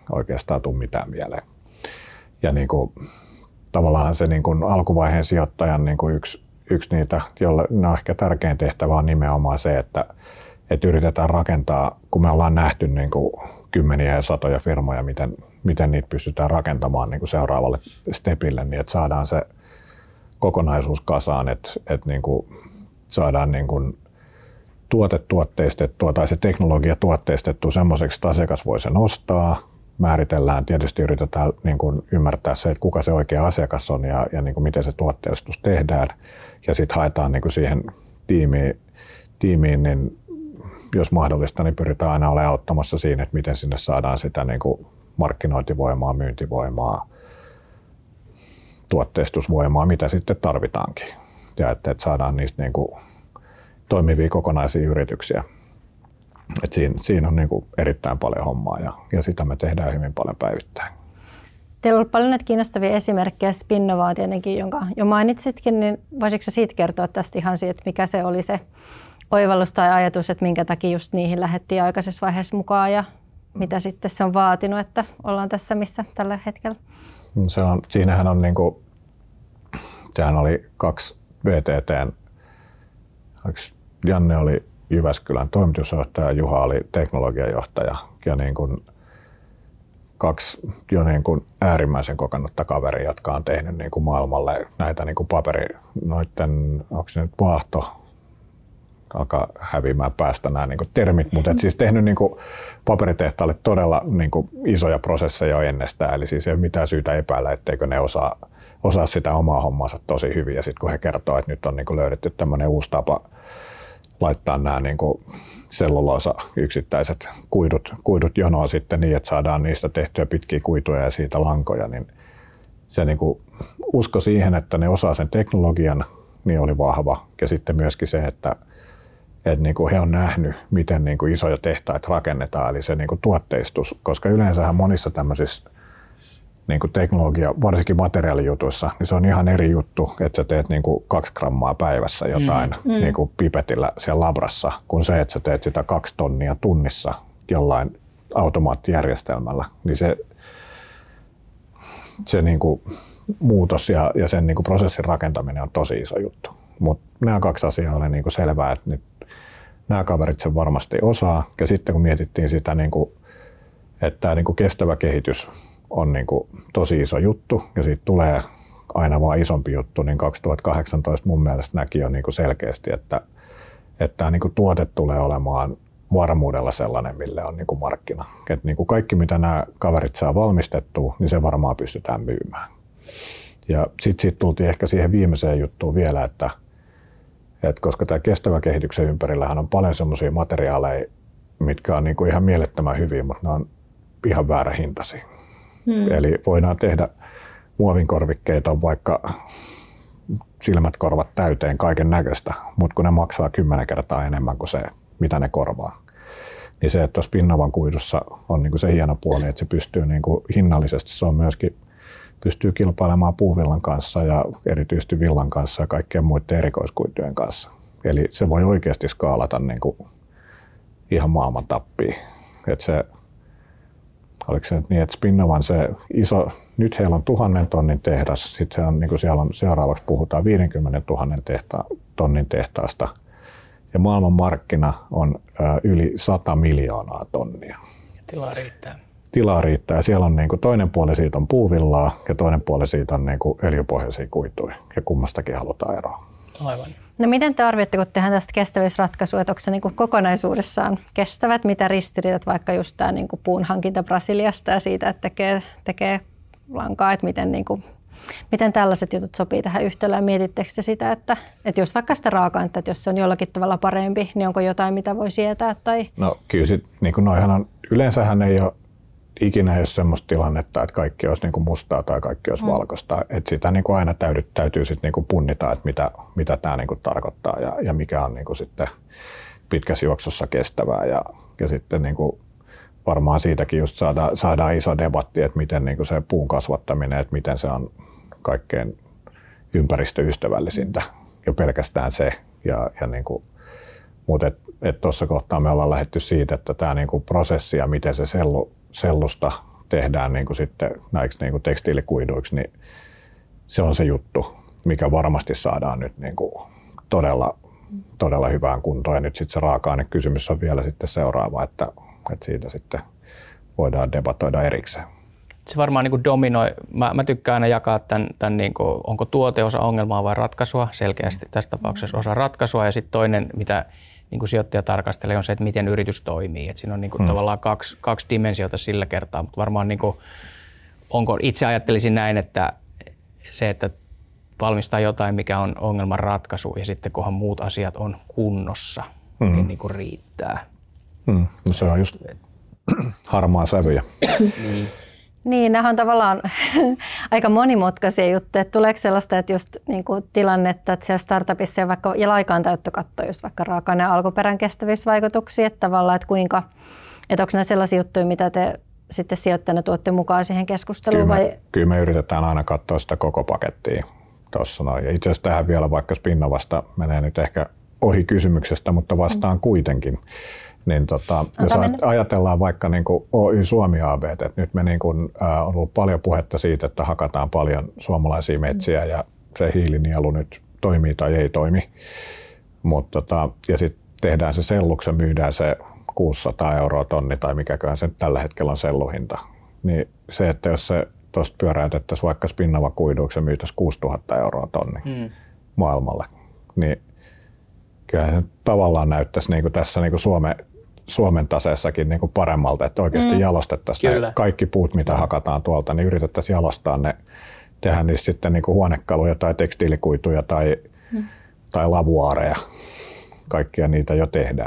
oikeastaan tule mitään mieleen. Ja niin kuin, tavallaan se niin kuin alkuvaiheen sijoittajan niin kuin yksi niitä, jolle on ehkä tärkein tehtävä on nimenomaan se, että yritetään rakentaa, kun me ollaan nähty niin kuin kymmeniä ja satoja firmoja, miten niitä pystytään rakentamaan niin kuin seuraavalle stepille, niin että saadaan se kokonaisuus kasaan, että niin kuin saadaan niin kuin tuotteistettua tai se teknologia tuotteistettua semmoiseksi, että asiakas voi sen ostaa. Määritellään, tietysti yritetään niin kuin ymmärtää se, että kuka se oikea asiakas on ja niin kuin miten se tuotteistus tehdään. Ja sitten haetaan niin kuin siihen tiimiin, niin jos mahdollista, niin pyritään aina olemaan auttamassa siinä, että miten sinne saadaan sitä niin kuin markkinointivoimaa, myyntivoimaa, tuotteistusvoimaa, mitä sitten tarvitaankin. Ja että saadaan niistä niin kuin toimivia kokonaisia yrityksiä. Et siinä on niin kuin erittäin paljon hommaa ja sitä me tehdään hyvin paljon päivittäin. Teillä on ollut paljon näitä kiinnostavia esimerkkejä. Spinnova on tietenkin, jonka jo mainitsitkin, niin voisitko siitä kertoa tästä ihan siitä, että mikä se oli se oivallus tai ajatus, että minkä takia just niihin lähdettiin aikaisessa vaiheessa mukaan ja mitä sitten se on vaatinut, että ollaan tässä missä tällä hetkellä? Siinähän on niin kuin, sehän oli 2 VTT:n, Janne oli Jyväskylän toimitusjohtaja, Juha oli teknologiajohtaja ja niin kuin 2 jo niin kuin äärimmäisen kokenutta kaveria, jotka on tehnyt niin kuin maailmalle näitä niin kuin onko se nyt vaahto, alkaa häviämään päästä nämä niin kuin termit, mutta siis tehnyt niin kuin paperitehtaalle todella niin kuin isoja prosesseja jo ennestään, eli siis ei ole mitään syytä epäillä, etteikö ne osaa sitä omaa hommaansa tosi hyvin, ja sitten kun he kertoo, että nyt on niin kuin löydetty tämmöinen uusi tapa laittaa nämä niin kuin selluloosa yksittäiset kuidut jonoon sitten niin, että saadaan niistä tehtyä pitkiä kuituja ja siitä lankoja, niin se niin kuin usko siihen, että ne osaa sen teknologian, niin oli vahva. Ja sitten myöskin se, että niin kuin he on nähnyt, miten niin kuin isoja tehtaita rakennetaan, eli se niin kuin tuotteistus, koska yleensähän monissa tämmöisissä niin kuin teknologia, varsinkin materiaalijutuissa, niin se on ihan eri juttu, että sä teet niin kuin 2 grammaa päivässä jotain niin kuin pipetillä siellä labrassa, kuin se, että sä teet sitä 2 tonnia tunnissa jollain automaattijärjestelmällä. Niin se niin kuin muutos ja sen niin kuin prosessin rakentaminen on tosi iso juttu. Mutta nämä 2 asiaa oli niin kuin selvää, että nyt nämä kaverit sen varmasti osaa. Ja sitten kun mietittiin sitä, niin kuin, että tämä niin kuin kestävä kehitys on niin kuin tosi iso juttu ja siitä tulee aina vaan isompi juttu, niin 2018 mun mielestä näki jo niin kuin selkeästi, että tämä niin kuin tuote tulee olemaan varmuudella sellainen, mille on niin kuin markkina. Että niin kuin kaikki, mitä nämä kaverit saa valmistettua, niin se varmaan pystytään myymään. Ja sitten tultiin ehkä siihen viimeiseen juttuun vielä, että koska tämä kestävä kehityksen ympärillähän on paljon semmoisia materiaaleja, mitkä on niin kuin ihan mielettömän hyviä, mutta ne on ihan väärä hintaisia. Eli voidaan tehdä muovinkorvikkeita, vaikka silmät korvat täyteen kaiken näköistä, mutta kun ne maksaa 10 kertaa enemmän kuin se, mitä ne korvaa. Niin se, että Spinnovan kuidussa on niin kuin se hieno puoli, että se pystyy niin kuin hinnallisesti, se on myöskin pystyy kilpailemaan puuvillan kanssa ja erityisesti villan kanssa ja kaikkien muiden erikoiskuitujen kanssa. Eli se voi oikeasti skaalata niin kuin ihan maailman tappiin. Että se, oliko se niin, että Spinnovan se iso, nyt heillä on 1000 tonnin tehdas, sitten on, niin kuin siellä on, seuraavaksi puhutaan 50 000 tonnin tehtaasta. Ja maailman markkina on yli 100 miljoonaa tonnia. Tilaa riittää. Ja siellä on niin kuin toinen puoli siitä on puuvillaa ja toinen puoli siitä on niin kuin öljypohjaisia kuituja. Ja kummastakin halutaan eroa. Aivan. No miten te arvioitte, kun tehdään tästä kestävyysratkaisua, että onko se niin kuin kokonaisuudessaan kestävät, mitä ristiriidat vaikka just tämä niin kuin puun hankinta Brasiliasta ja siitä, että tekee lankaa, että miten tällaiset jutut sopii tähän yhtälöön? Mietittekö sitä, että jos vaikka sitä raaka-ainetta, että jos se on jollakin tavalla parempi, niin onko jotain, mitä voi sietää? Tai? No kyllä sit, niin kuin noihan on, yleensähän ei ole ikinä ole semmoista tilannetta, että kaikki olisi niin kuin mustaa tai kaikki olisi valkoista. Että sitä niin kuin aina täytyy sit niin kuin punnita, että mitä tämä niin kuin tarkoittaa ja mikä on niin kuin sitten pitkässä juoksussa kestävää. Ja sitten niin kuin varmaan siitäkin just saadaan iso debatti, että miten niin kuin se puun kasvattaminen, että miten se on kaikkein ympäristöystävällisintä ja pelkästään se. Ja niin kuin, mutta tuossa kohtaa me ollaan lähdetty siitä, että tämä niin kuin prosessi ja miten se sellusta tehdään niin kuin sitten näiksi niin kuin tekstiilikuiduiksi, niin se on se juttu, mikä varmasti saadaan nyt niin kuin todella hyvään kuntoon. Ja nyt sitten se raaka-ainekysymys on vielä sitten seuraava, että siitä sitten voidaan debatoida erikseen. Se varmaan niin kuin dominoi. Mä tykkään aina jakaa tämän niin kuin, onko tuote osa ongelmaa vai ratkaisua, selkeästi tässä tapauksessa osa ratkaisua. Ja sitten toinen, mitä niin kuin sijoittaja tarkastelee, on se, että miten yritys toimii. Et siinä on niin kuin tavallaan kaksi dimensiota sillä kertaa, mutta varmaan niin kuin, itse ajattelisin näin, että se, että valmistaa jotain, mikä on ongelman ratkaisu ja sitten kunhan muut asiat on kunnossa, niin kuin riittää. No se on just harmaa sävyjä. Niin, nämä on tavallaan aika monimutkaisia juttuja. Tuleeko sellaista, että just niin kuin tilannetta, että siellä startupissa ja vaikka ja laikaan täyttö katsoa just vaikka raaka-aineen alkuperän kestävyysvaikutuksia, että tavallaan, että kuinka, että onko nämä sellaisia juttuja, mitä te sitten sijoittajana tuotte mukaan siihen keskusteluun? Kyllä me yritetään aina katsoa sitä koko pakettia tuossa noin. Ja itse asiassa tähän vielä vaikka Spinnovasta menee nyt ehkä ohi kysymyksestä, mutta vastaan kuitenkin. Niin jos ajatellaan vaikka niin kuin Oy Suomi AB, että nyt me niin kuin, on ollut paljon puhetta siitä, että hakataan paljon suomalaisia metsiä ja se hiilinielu nyt toimii tai ei toimi. Ja sitten tehdään se selluksi ja myydään se 600 € tonni tai mikäköhän se tällä hetkellä on selluhinta. Niin se, että jos se tuosta pyöräytettäisiin vaikka Spinnova kuiduiksi ja myytäisiin 6000 € tonni maailmalle, niin kyllä se tavallaan näyttäisi niin kuin tässä niin kuin Suomen taseessakin niin kuin paremmalta, että oikeasti jalostettaisiin ne kaikki puut, mitä hakataan tuolta, niin yritettäisiin jalostaa ne, tehdä niistä sitten niin kuin huonekaluja tai tekstiilikuituja tai lavuaareja. Kaikkia niitä jo tehdään.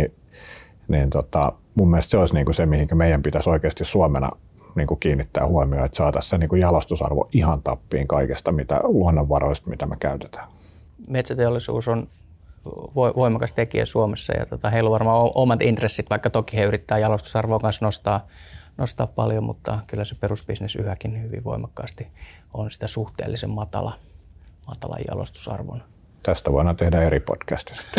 Mun mielestä se olisi niin kuin se, mihin meidän pitäisi oikeasti Suomena niin kuin kiinnittää huomioon, että saataisiin se niin kuin jalostusarvo ihan tappiin kaikesta mitä luonnonvaroista, mitä me käytetään. Metsäteollisuus on voimakas tekijä Suomessa ja heillä on varmaan omat intressit, vaikka toki he yrittää jalostusarvoa kanssa nostaa paljon, mutta kyllä se perusbisnes yhäkin hyvin voimakkaasti on sitä suhteellisen matalan jalostusarvon. Tästä voidaan tehdä eri podcastista.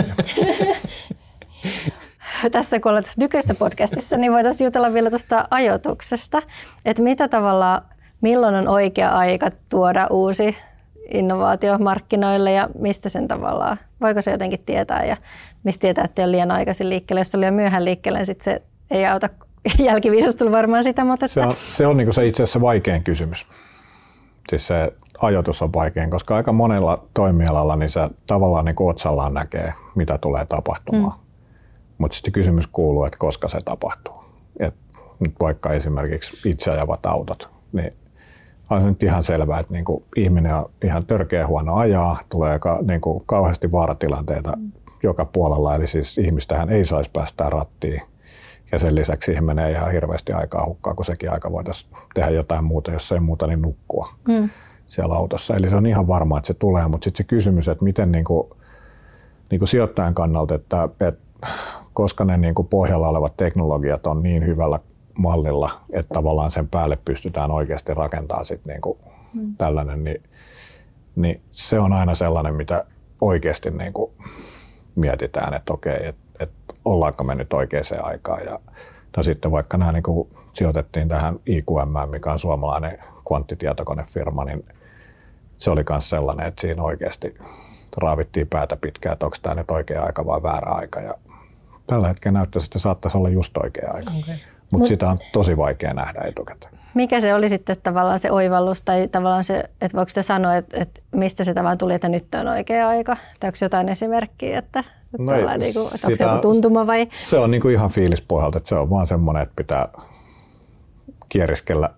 Tässä kun ollaan tässä nykyisessä podcastissa, niin voitaisiin jutella vielä tuosta ajoituksesta, että mitä tavallaan, milloin on oikea aika tuoda uusi innovaatio markkinoille ja mistä sen tavallaan, voiko se jotenkin tietää ja mistä tietää, että ei ole liian aikaisin liikkeelle. Jos on liian myöhään liikkeelle, niin sitten se ei auta jälkiviisastelu varmaan sitä. Mutta se on niin kuin se itse asiassa vaikein kysymys. Siis se ajoitus on vaikein, koska aika monella toimialalla niin se tavallaan niin kuin otsallaan näkee, mitä tulee tapahtumaan. Mutta sitten kysymys kuuluu, että koska se tapahtuu. Et nyt vaikka esimerkiksi itse ajavat autot, niin on se nyt ihan selvää, että niinku ihminen on ihan törkeä huono ajaa, tulee niinku kauheasti vaaratilanteita joka puolella, eli siis ihmistähän ei saisi päästää rattiin. Ja sen lisäksi siihen menee ihan hirveästi aikaa hukkaa, kun sekin aika voitaisiin tehdä jotain muuta, jos ei muuta, niin nukkua siellä autossa. Eli se on ihan varma, että se tulee, mutta sitten se kysymys, että miten niinku sijoittajan kannalta, että koska ne niinku pohjalla olevat teknologiat on niin hyvällä mallilla, että tavallaan sen päälle pystytään oikeasti rakentamaan sit niinku tällainen, niin se on aina sellainen, mitä oikeasti niinku mietitään, että okei, että ollaanko me nyt oikeaan aikaan. Ja no sitten vaikka nämä niinku sijoitettiin tähän IQM, mikä on suomalainen kvanttitietokonefirma, niin se oli myös sellainen, että siinä oikeasti raavittiin päätä pitkään, että onko tämä nyt oikea aika vai väärä aika. Ja tällä hetkellä näyttäisi, että saattaisi olla just oikea aika. Okay. Mutta sitä on tosi vaikea nähdä etukäteen. Mikä se oli sitten tavallaan se oivallus tai tavallaan se, että voiko te sanoa, että mistä se tavallaan tuli, että nyt on oikea aika? Tai onko jotain esimerkkiä, että onko se joku tuntuma vai? Se on niinku ihan fiilispohjalta, että se on vaan semmoinen, että pitää kieriskellä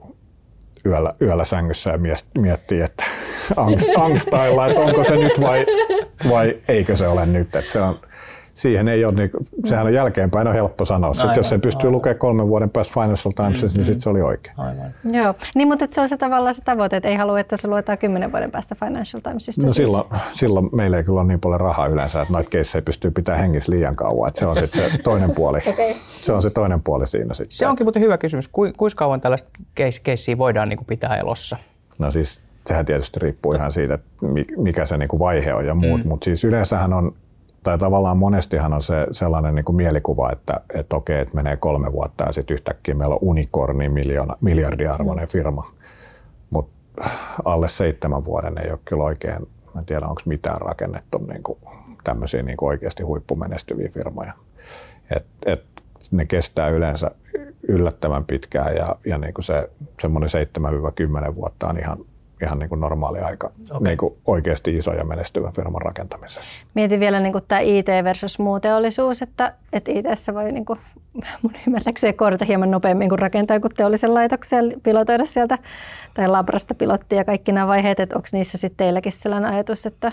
yöllä sängyssä ja miettiä, että angstailla, että onko se nyt vai eikö se ole nyt. Että se on, siihen ei ole, sehän on jälkeenpäin on helppo sanoa. Sitten jos sen pystyy lukemaan 3 vuoden päästä Financial Timesissa, niin sitten se oli oikein. Aivan. Joo, niin, mutta se on se tavallaan se tavoite, että ei halua, että se luetaan 10 vuoden päästä Financial Timesista. No silloin meillä ei kyllä ole niin paljon rahaa yleensä, että noita keissejä pystyy pitämään hengissä liian kauan. Että se on sitten se toinen puoli. Okay. Se on se toinen puoli siinä sitten. Se onkin muuten hyvä kysymys. Kuinka kauan tällaista keissiä voidaan niin kuin pitää elossa? No siis sehän tietysti riippuu ihan siitä, että mikä se niin kuin vaihe on ja muut. Mutta siis yleensähän on tai tavallaan monestihan on se sellainen niin kuin mielikuva, että okei, että menee 3 vuotta ja sitten yhtäkkiä meillä on unikorni miljardiarvoinen firma, mutta alle 7 vuoden ei ole kyllä oikein, en tiedä onko mitään rakennettu niin kuin tämmöisiä niin kuin oikeasti huippumenestyviä firmoja. Et ne kestää yleensä yllättävän pitkään ja niin kuin se semmoinen 7-10 vuotta on ihan niin kuin normaali aika niin kuin oikeasti iso ja menestyvän firman rakentamiseen. Mietin vielä niin kuin tämä IT versus muu teollisuus, että IT:ssä voi niin kuin, mun ymmärtääkseni koodata hieman nopeammin kuin rakentaa kuin teollisen laitoksen pilotoida sieltä tai labrasta pilottia ja kaikki nämä vaiheet, että onko niissä sitten teilläkin sellainen ajatus, että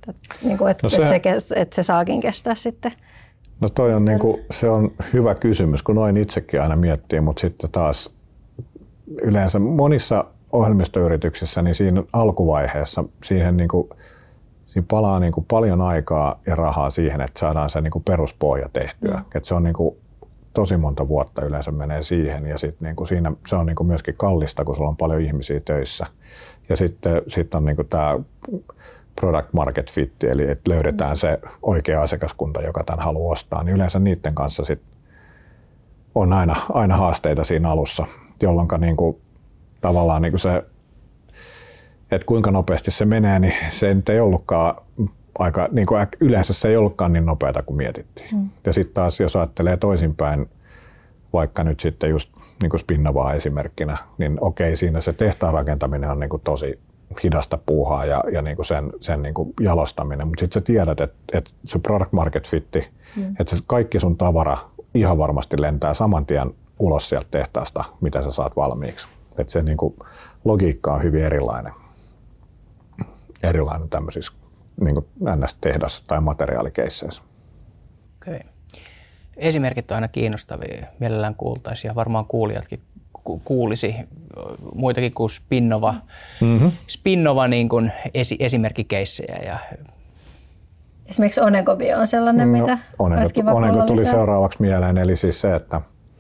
se saakin kestää sitten? No toi on niinku, se on hyvä kysymys, kun noin itsekin aina miettii, mutta sitten taas yleensä monissa ohjelmistoyrityksissä, niin siinä alkuvaiheessa siinä palaa niinku paljon aikaa ja rahaa siihen, että saadaan se niinku peruspohja tehtyä. Et se on niinku tosi monta vuotta yleensä menee siihen ja sit niinku siinä se on niinku myöskin kallista, kun sulla on paljon ihmisiä töissä. Ja sitten on niinku tämä product market fit, eli että löydetään se oikea asiakaskunta, joka tämän haluaa ostaa, niin yleensä niiden kanssa sit on aina haasteita siinä alussa, jolloin niinku, tavallaan niinku se, että kuinka nopeasti se menee, niin se nyt ei ollutkaan niinku yleensä se ei ollutkaan niin nopeata kuin mietittiin. Ja sitten taas, jos ajattelee toisinpäin, vaikka nyt sitten just niinku Spinnovaa esimerkkinä, niin okei, siinä se tehtaan rakentaminen on niinku tosi hidasta puuhaa ja niinku sen niinku jalostaminen, mutta sitten sä tiedät, että se product market fitti, että kaikki sun tavara ihan varmasti lentää saman tien ulos sieltä tehtaasta, mitä sä saat valmiiksi. Että se niinku logiikka on hyvin erilainen tämmöisissä niinku NS-tehdas- tai materiaalikeisseissä. Okei. Esimerkit on aina kiinnostavia, mielellään kuultaisiin ja varmaan kuulijatkin kuulisi muitakin kuin Spinnova niin kuin esimerkkikeissejä. Ja esimerkiksi Onegobio on sellainen, mitä Onego tuli seuraavaksi mieleen, eli siis se, että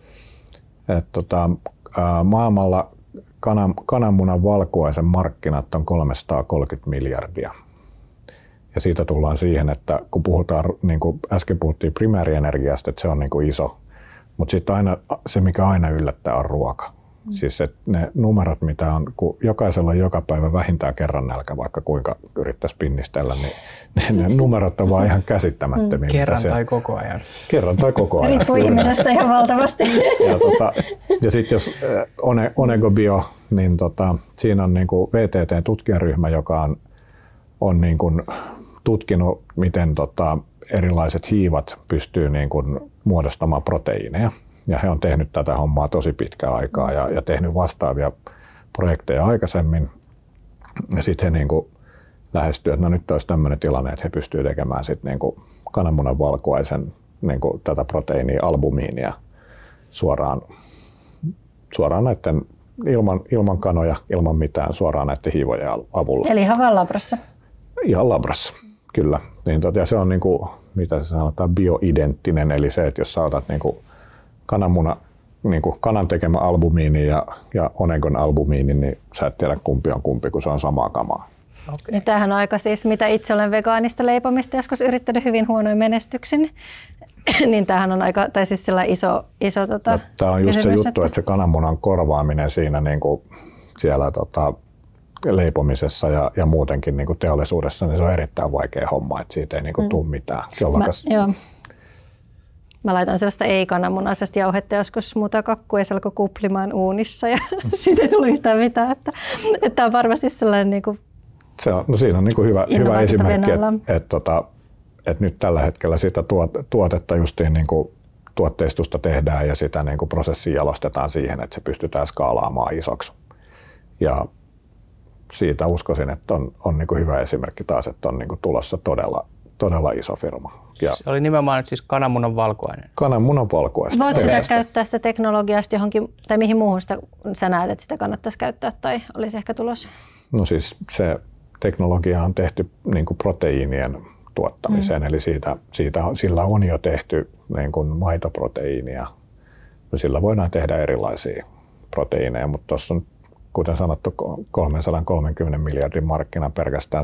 maailmalla kananmunan valkuaisen markkinat on 330 miljardia. Ja siitä tullaan siihen, että kun puhutaan, niin kuin äsken puhuttiin primäärienergiasta, että se on niin kuin iso, mutta sitten aina se, mikä aina yllättää, on ruoka. Siis ne numerot, mitä on, kun jokaisella on joka päivä vähintään kerran nälkä, vaikka kuinka yrittäisi pinnistellä, niin ne numerot on vaan ihan käsittämättömiä. Kerran tai koko ajan. Kerran tai koko ajan. Riippuu ihmisestä ihan valtavasti. Ja sitten jos Onegobio, niin siinä on niin kuin VTT-tutkijaryhmä, joka on niin kuin tutkinut, miten erilaiset hiivat pystyy niin kuin muodostamaan proteiineja. Ja he on tehnyt tätä hommaa tosi pitkään aikaa ja tehnyt vastaavia projekteja aikaisemmin. Ja sitten he niin kuin lähestyy, että no nyt olisi tämmöinen tilanne, että he pystyvät tekemään sitten niin kuin kananmunan valkuaisen niin kuin tätä proteiinia, albumiinia suoraan näiden ilman kanoja, ilman mitään, suoraan näiden hiivojen avulla. Eli ihan vaan labrassa? Ihan labrassa, kyllä. Ja se on niin kuin, mitä se sanotaan, bioidenttinen, eli se, että jos sä otat niin kuin kananmuna, niin kuin kanan tekemä albumiini ja Onegon albumiini, niin sä et tiedä kumpi on kumpi, kun se on samaa kamaa. Okay. Ja tämähän on aika siis, mitä itse olen vegaanista leipomista joskus yrittänyt hyvin huonoin menestyksin, niin tämähän on aika, tai siis sellainen iso tämä on just se juttu, että se kananmunan korvaaminen siinä niin kuin siellä leipomisessa ja muutenkin niin kuin teollisuudessa, niin se on erittäin vaikea homma, että siitä ei niin kuin tule mitään. Joo. Mä laitoin sellaista ei-kananmunaisesta jauhetta joskus muuta kakkua ja se alkoi kuplimaan uunissa ja siitä ei tullut yhtään mitään. Että tämä on varmasti sellainen niin kuin siinä on niin kuin hyvä esimerkki, että nyt tällä hetkellä sitä tuotetta justiin niin kuin tuotteistusta tehdään ja sitä niin kuin prosessia jalostetaan siihen, että se pystytään skaalaamaan isoksi. Ja siitä uskoisin, että on niin kuin hyvä esimerkki taas, että on niin kuin tulossa todella iso firma. Ja se oli nimenomaan nyt siis kananmunan valkuainen. Kananmunan valkuaista. Voitko sitä käyttää sitä teknologiasta johonkin, tai mihin muuhun sitä, sä näet, että sitä kannattaisi käyttää tai olisi ehkä tulossa? No siis se teknologia on tehty niin kuin proteiinien tuottamiseen, eli sillä on jo tehty niin kuin maitoproteiinia. Sillä voidaan tehdä erilaisia proteiineja, mutta tuossa on, kuten sanottu, 330 miljardin markkina pelkästään se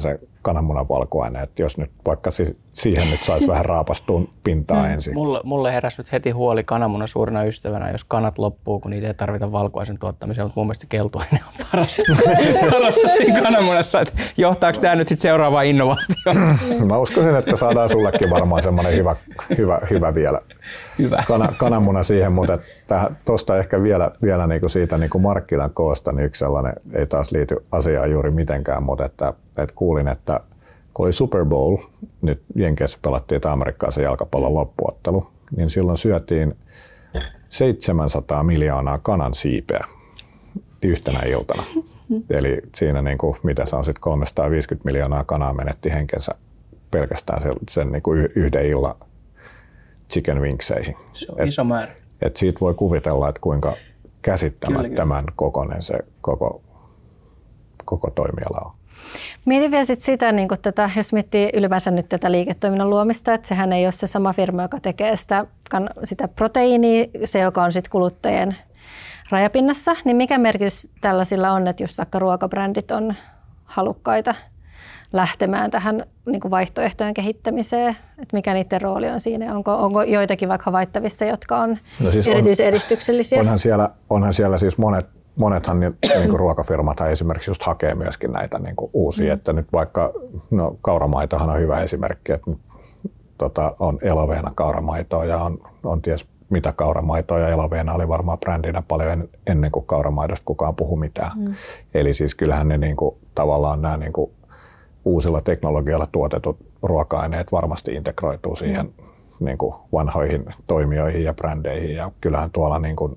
kananmunan valkuaine. Et jos nyt vaikka siihen nyt saisi vähän raapastua pintaa ensin. Mulle heräsi nyt heti huoli kananmunan suurena ystävänä, jos kanat loppuu, kun niitä ei tarvita valkuaisen tuottamiseen, mutta mun mielestä keltuaine on parasta siinä kananmunassa. Että johtaako tämä nyt sitten seuraavaan innovaatioon? Mä uskoisin, että saadaan sullekin varmaan semmoinen hyvä vielä kananmuna siihen, mutta tuosta ehkä vielä niinku siitä niinku markkinan koosta niin yksi sellainen, ei taas liity asiaan juuri mitenkään, mutta että kuulin, että kun oli Super Bowl, nyt Jenkeissä pelattiin amerikkalaisen jalkapallon loppuottelu, niin silloin syötiin 700 miljoonaa kanan siipeä yhtenä iltana. Eli siinä niinku, mitä se on sitten 350 miljoonaa kanaa menetti henkensä pelkästään sen niinku yhden illan chicken wingseihin. Se on iso määrä. Et siitä voi kuvitella, että kuinka käsittämättömän kokoinen se koko toimiala on. Mietin vielä sitä, niin tätä, jos miettii ylipäänsä nyt tätä liiketoiminnan luomista, että sehän ei ole se sama firma, joka tekee sitä proteiinia, se joka on sitten kuluttajien rajapinnassa, niin mikä merkitys tällaisilla on, että just vaikka ruokabrändit on halukkaita lähtemään tähän niin kuin vaihtoehtojen kehittämiseen, että mikä niiden rooli on siinä? Onko joitakin vaikka havaittavissa, jotka on siis erityisedistyksellisiä? Onhan siellä siis monethan niin kuin ruokafirmathan esimerkiksi just hakee myöskin näitä niin kuin uusia, että nyt vaikka kauramaitohan on hyvä esimerkki, että on Eloveena kauramaitoa ja on ties mitä kauramaitoa ja Eloveena oli varmaan brändinä paljon ennen kuin kauramaidosta kukaan puhui mitään. Eli siis kyllähän ne niin kuin, tavallaan nämä niin kuin uusilla teknologialla tuotetut ruoka-aineet varmasti integroituu siihen niin kuin vanhoihin toimijoihin ja brändeihin ja kyllähän tuolla niin kuin,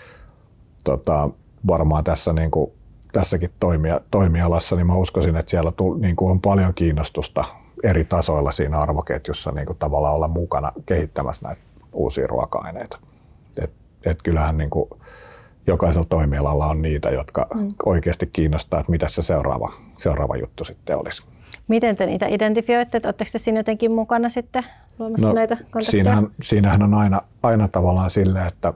varmaan tässä niin kuin, tässäkin toimialassa, niin mä uskoisin, että siellä niin kuin on paljon kiinnostusta eri tasoilla siinä arvoketjussa niin kuin tavallaan olla mukana kehittämässä näitä uusia ruoka-aineita. Et kyllähän niin kuin jokaisella toimialalla on niitä, jotka oikeasti kiinnostaa, että mitä se seuraava juttu sitten olisi. Miten te niitä identifioitte? Oletteko te siinä jotenkin mukana sitten luomassa näitä kontakteja? Siinähän on aina tavallaan silleen, että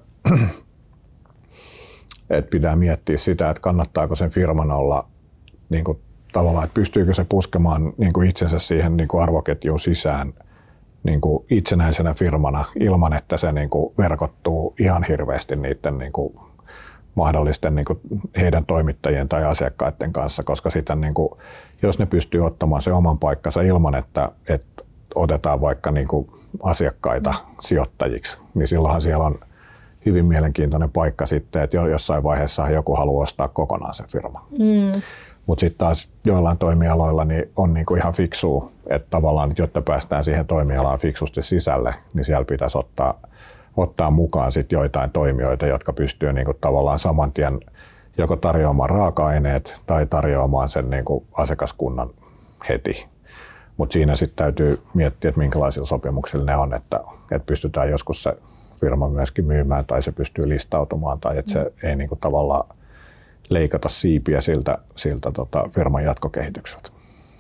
pitää miettiä sitä, että kannattaako sen firman olla niin kuin, tavallaan, että pystyykö se puskemaan niin kuin itsensä siihen niin kuin arvoketjuun sisään niin kuin itsenäisenä firmana ilman, että se niin kuin verkottuu ihan hirveästi niiden niin kuin mahdollisten niin kuin heidän toimittajien tai asiakkaiden kanssa, koska sitten niin kuin, jos ne pystyy ottamaan se oman paikkansa ilman, että otetaan vaikka niin kuin asiakkaita sijoittajiksi, niin silloinhan siellä on hyvin mielenkiintoinen paikka sitten, että jossain vaiheessa joku haluaa ostaa kokonaan sen firman. Mutta sitten taas joillain toimialoilla niin on niinku ihan fiksua, että tavallaan, jotta päästään siihen toimialaan fiksusti sisälle, niin siellä pitäisi ottaa mukaan sit joitain toimijoita, jotka pystyy niinku tavallaan saman tien joko tarjoamaan raaka-aineet tai tarjoamaan sen niinku asiakaskunnan heti. Mutta siinä sitten täytyy miettiä, että minkälaisilla sopimuksilla ne on, että pystytään joskus se firma myöskin myymään tai se pystyy listautumaan tai että se ei niinku tavallaan leikata siipiä siltä firman jatkokehitykseltä.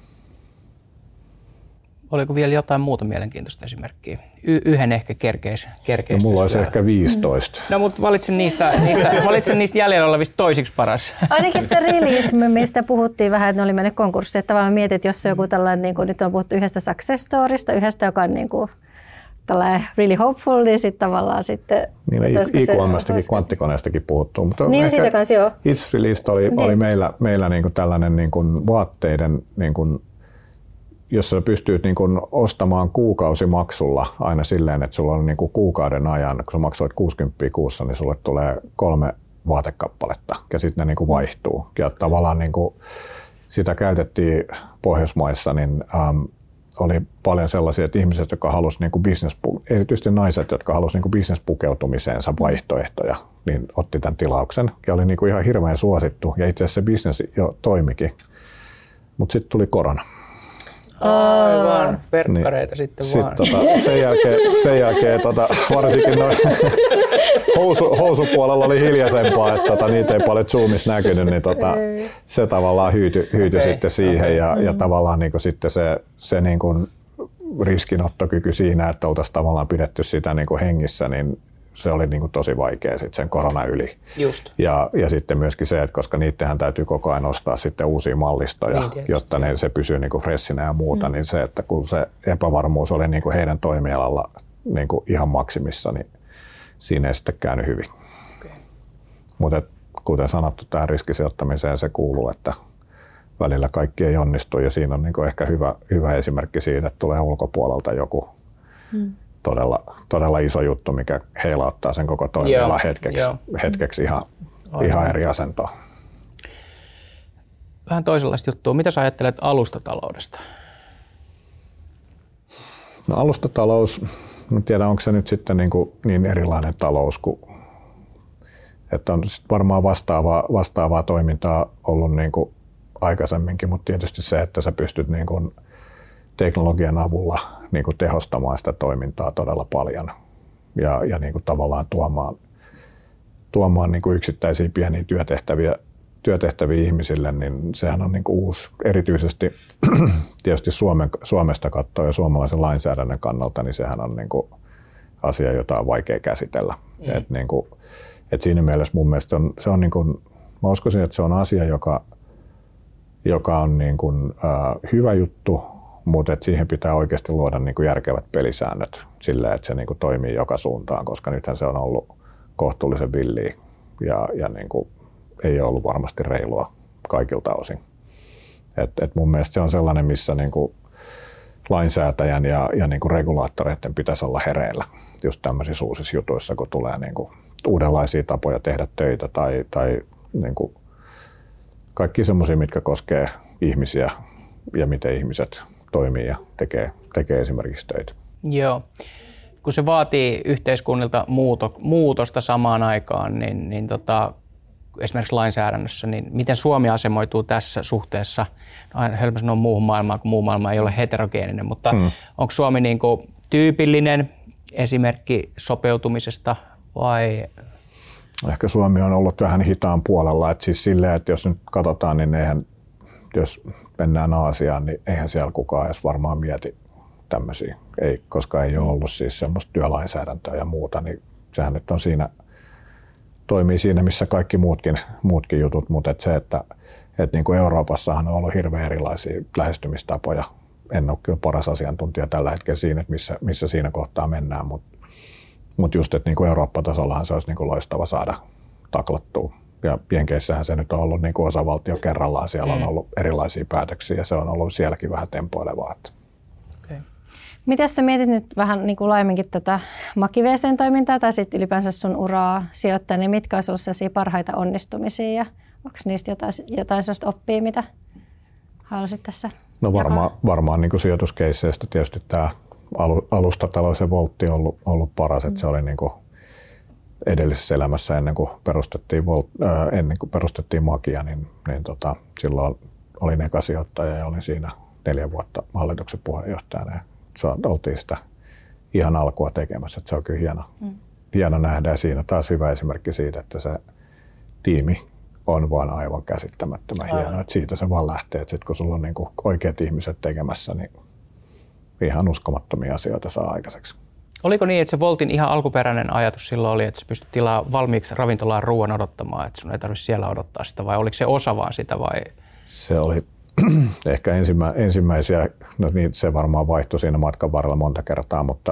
Oliko vielä jotain muuta mielenkiintoista esimerkkiä? Yhden ehkä kerkeistä. No, mulla olisi ehkä 15. No mutta valitsen niistä jäljellä olevista toisiksi paras. Ainakin se release, mistä puhuttiin vähän, että ne oli mennyt konkurssiin. Että tavallaan mietit, että jos on joku tällainen, niin kuin nyt on puhuttu yhdestä success storysta, yhdestä, joka on niin kuin tällainen really hopeful, niin sitten tavallaan sitten... Niin IQM:stäkin, kvanttikoneestakin puhuttu. Mutta niin, siitä kanssa joo. It's Released oli meillä niin kuin tällainen niin kuin vaatteiden, niin kuin, jossa pystyt niin kuin ostamaan kuukausimaksulla aina silleen, että sulla on niin kuin kuukauden ajan, kun sä maksoit 60 kuussa, niin sulle tulee 3 vaatekappaletta ja sitten ne niin kuin vaihtuu. Ja tavallaan niin kuin sitä käytettiin Pohjoismaissa, niin oli paljon sellaisia että ihmiset, jotka halusivat niin erityisesti naiset, jotka halusivat niin bisnespukeutumiseensa vaihtoehtoja, niin otti tämän tilauksen ja oli niin kuin ihan hirveän suosittu ja itse asiassa se bisnes jo toimikin, mutta sitten tuli korona. Aivan, verkkareita niin, sitten vaan. Sen jälkeen varsinkin housupuolella oli hiljaisempaa, että niitä ei paljon Zoomissa näkynyt, niin se tavallaan hyytyi sitten siihen ja tavallaan niin kuin sitten se niin kuin riskinottokyky siinä, että oltaisiin tavallaan pidetty sitä niin kuin hengissä, niin se oli niin kuin tosi vaikea sit sen korona yli. Just. Ja sitten myöskin se, että koska niittenhän täytyy koko ajan ostaa sitten uusia mallistoja, niin, jotta se pysyy niin kuin freshinä ja muuta, niin se, että kun se epävarmuus oli niin kuin heidän toimialalla niin kuin ihan maksimissa, niin siinä ei sitten käynyt hyvin. Okay. Mutta kuten sanottu, tähän riskisijoittamiseen se kuuluu, että välillä kaikki ei onnistu ja siinä on niin kuin ehkä hyvä esimerkki siitä, että tulee ulkopuolelta joku todella iso juttu, mikä heilauttaa sen koko toimialan hetkeksi ihan eri asentoa. Vähän toisenlaista juttua. Mitä sä ajattelet alustataloudesta? No alustatalous, en tiedä onko se nyt sitten niin erilainen talous kuin, että on varmaan vastaavaa toimintaa ollut niin kuin aikaisemminkin, mutta tietysti se, että sä pystyt niin kuin teknologian avulla niin kuin tehostamaan sitä toimintaa todella paljon ja niin kuin tavallaan tuomaan niin kuin yksittäisiä pieniä työtehtäviä ihmisille, niin sehän on niin kuin uusi, erityisesti tietysti Suomesta katsoo ja suomalaisen lainsäädännön kannalta, niin sehän on niin kuin asia, jota on vaikea käsitellä. Et siinä mielessä mun mielestä se on niin kuin, mä uskoisin, että se on asia, joka on niin kuin, hyvä juttu, mutta et siihen pitää oikeasti luoda niin kuin järkevät pelisäännöt silleen, että se niin kuin toimii joka suuntaan, koska nythän se on ollut kohtuullisen villiä ja niin kuin ei ole ollut varmasti reilua kaikilta osin. Et mun mielestä se on sellainen, missä niin kuin lainsäätäjän ja niin kuin regulaattoreiden pitäisi olla hereillä just tämmöisissä uusissa jutuissa, kun tulee niin kuin uudenlaisia tapoja tehdä töitä tai niin kuin kaikki semmoisia, mitkä koskee ihmisiä ja miten ihmiset toimii ja tekee esimerkiksi töitä. Joo. Kun se vaatii yhteiskunnilta muutosta samaan aikaan, niin esimerkiksi lainsäädännössä, niin miten Suomi asemoituu tässä suhteessa? Aina hölmö sanoa muuhun maailmaan, kun muu maailma ei ole heterogeeninen, mutta onko Suomi niin kuin tyypillinen esimerkki sopeutumisesta vai? Ehkä Suomi on ollut vähän hitaan puolella, että siis silleen, että jos nyt katsotaan, niin jos mennään Aasiaan, niin eihän siellä kukaan edes varmaan mieti tämmöisiä, koska ei ole ollut siis semmoista työlainsäädäntöä ja muuta, niin sehän nyt on toimii siinä, missä kaikki muutkin jutut, mutta että niin kuin Euroopassahan on ollut hirveän erilaisia lähestymistapoja. En ole kyllä paras asiantuntija tällä hetkellä siinä, että missä siinä kohtaa mennään, mutta just, että niin kuin Eurooppa-tasollahan se olisi niin kuin loistava saada taklattua. Ja Jenkeissähän se nyt on ollut niin kuin osavaltio kerrallaan, siellä on ollut erilaisia päätöksiä ja se on ollut sielläkin vähän tempoilevaa. Okay. Miten sä mietit nyt vähän niin kuin laajemminkin tätä Maki-VC:n toimintaa tai sitten ylipäänsä sun uraa sijoittaa, niin mitkä olisi ollut sellaisia parhaita onnistumisia ja onko niistä jotain sellaista oppia, mitä haluaisit tässä No varmaan niin kuin sijoituskeisseistä tietysti tämä alustatalous ja Voltti on ollut paras, että se oli niin kuin edellisessä elämässä ennen kuin perustettiin Makia, niin silloin olin ekasijoittaja ja olin siinä 4 vuotta hallituksen puheenjohtajana ja oltiin sitä ihan alkua tekemässä, että se on kyllä hieno nähdä ja siinä taas hyvä esimerkki siitä, että se tiimi on vaan aivan käsittämättömän hieno, että siitä se vaan lähtee, että sit kun sulla on niin kuin oikeat ihmiset tekemässä, niin ihan uskomattomia asioita saa aikaiseksi. Oliko niin, että se Voltin ihan alkuperäinen ajatus silloin oli, että sä pystyt tilaa valmiiksi ravintolaan ruoan odottamaan, että sun ei tarvitse siellä odottaa sitä, vai oliko se osa vaan sitä vai? Se oli ehkä ensimmäisiä, no niin, se varmaan vaihtui siinä matkan varrella monta kertaa, mutta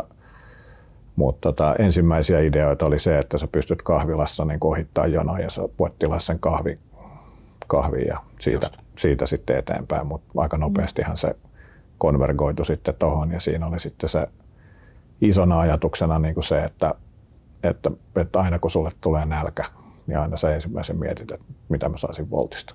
ensimmäisiä ideoita oli se, että sä pystyt kahvilassa niin ohittaa jonoa ja sä voit tilaa sen kahvin ja siitä sitten eteenpäin, mutta aika nopeastihan se konvergoitu sitten tohon ja siinä oli sitten se isona ajatuksena niin kuin se, että aina kun sulle tulee nälkä, niin aina sä ensimmäisen mietit, että mitä mä saisin Voltista.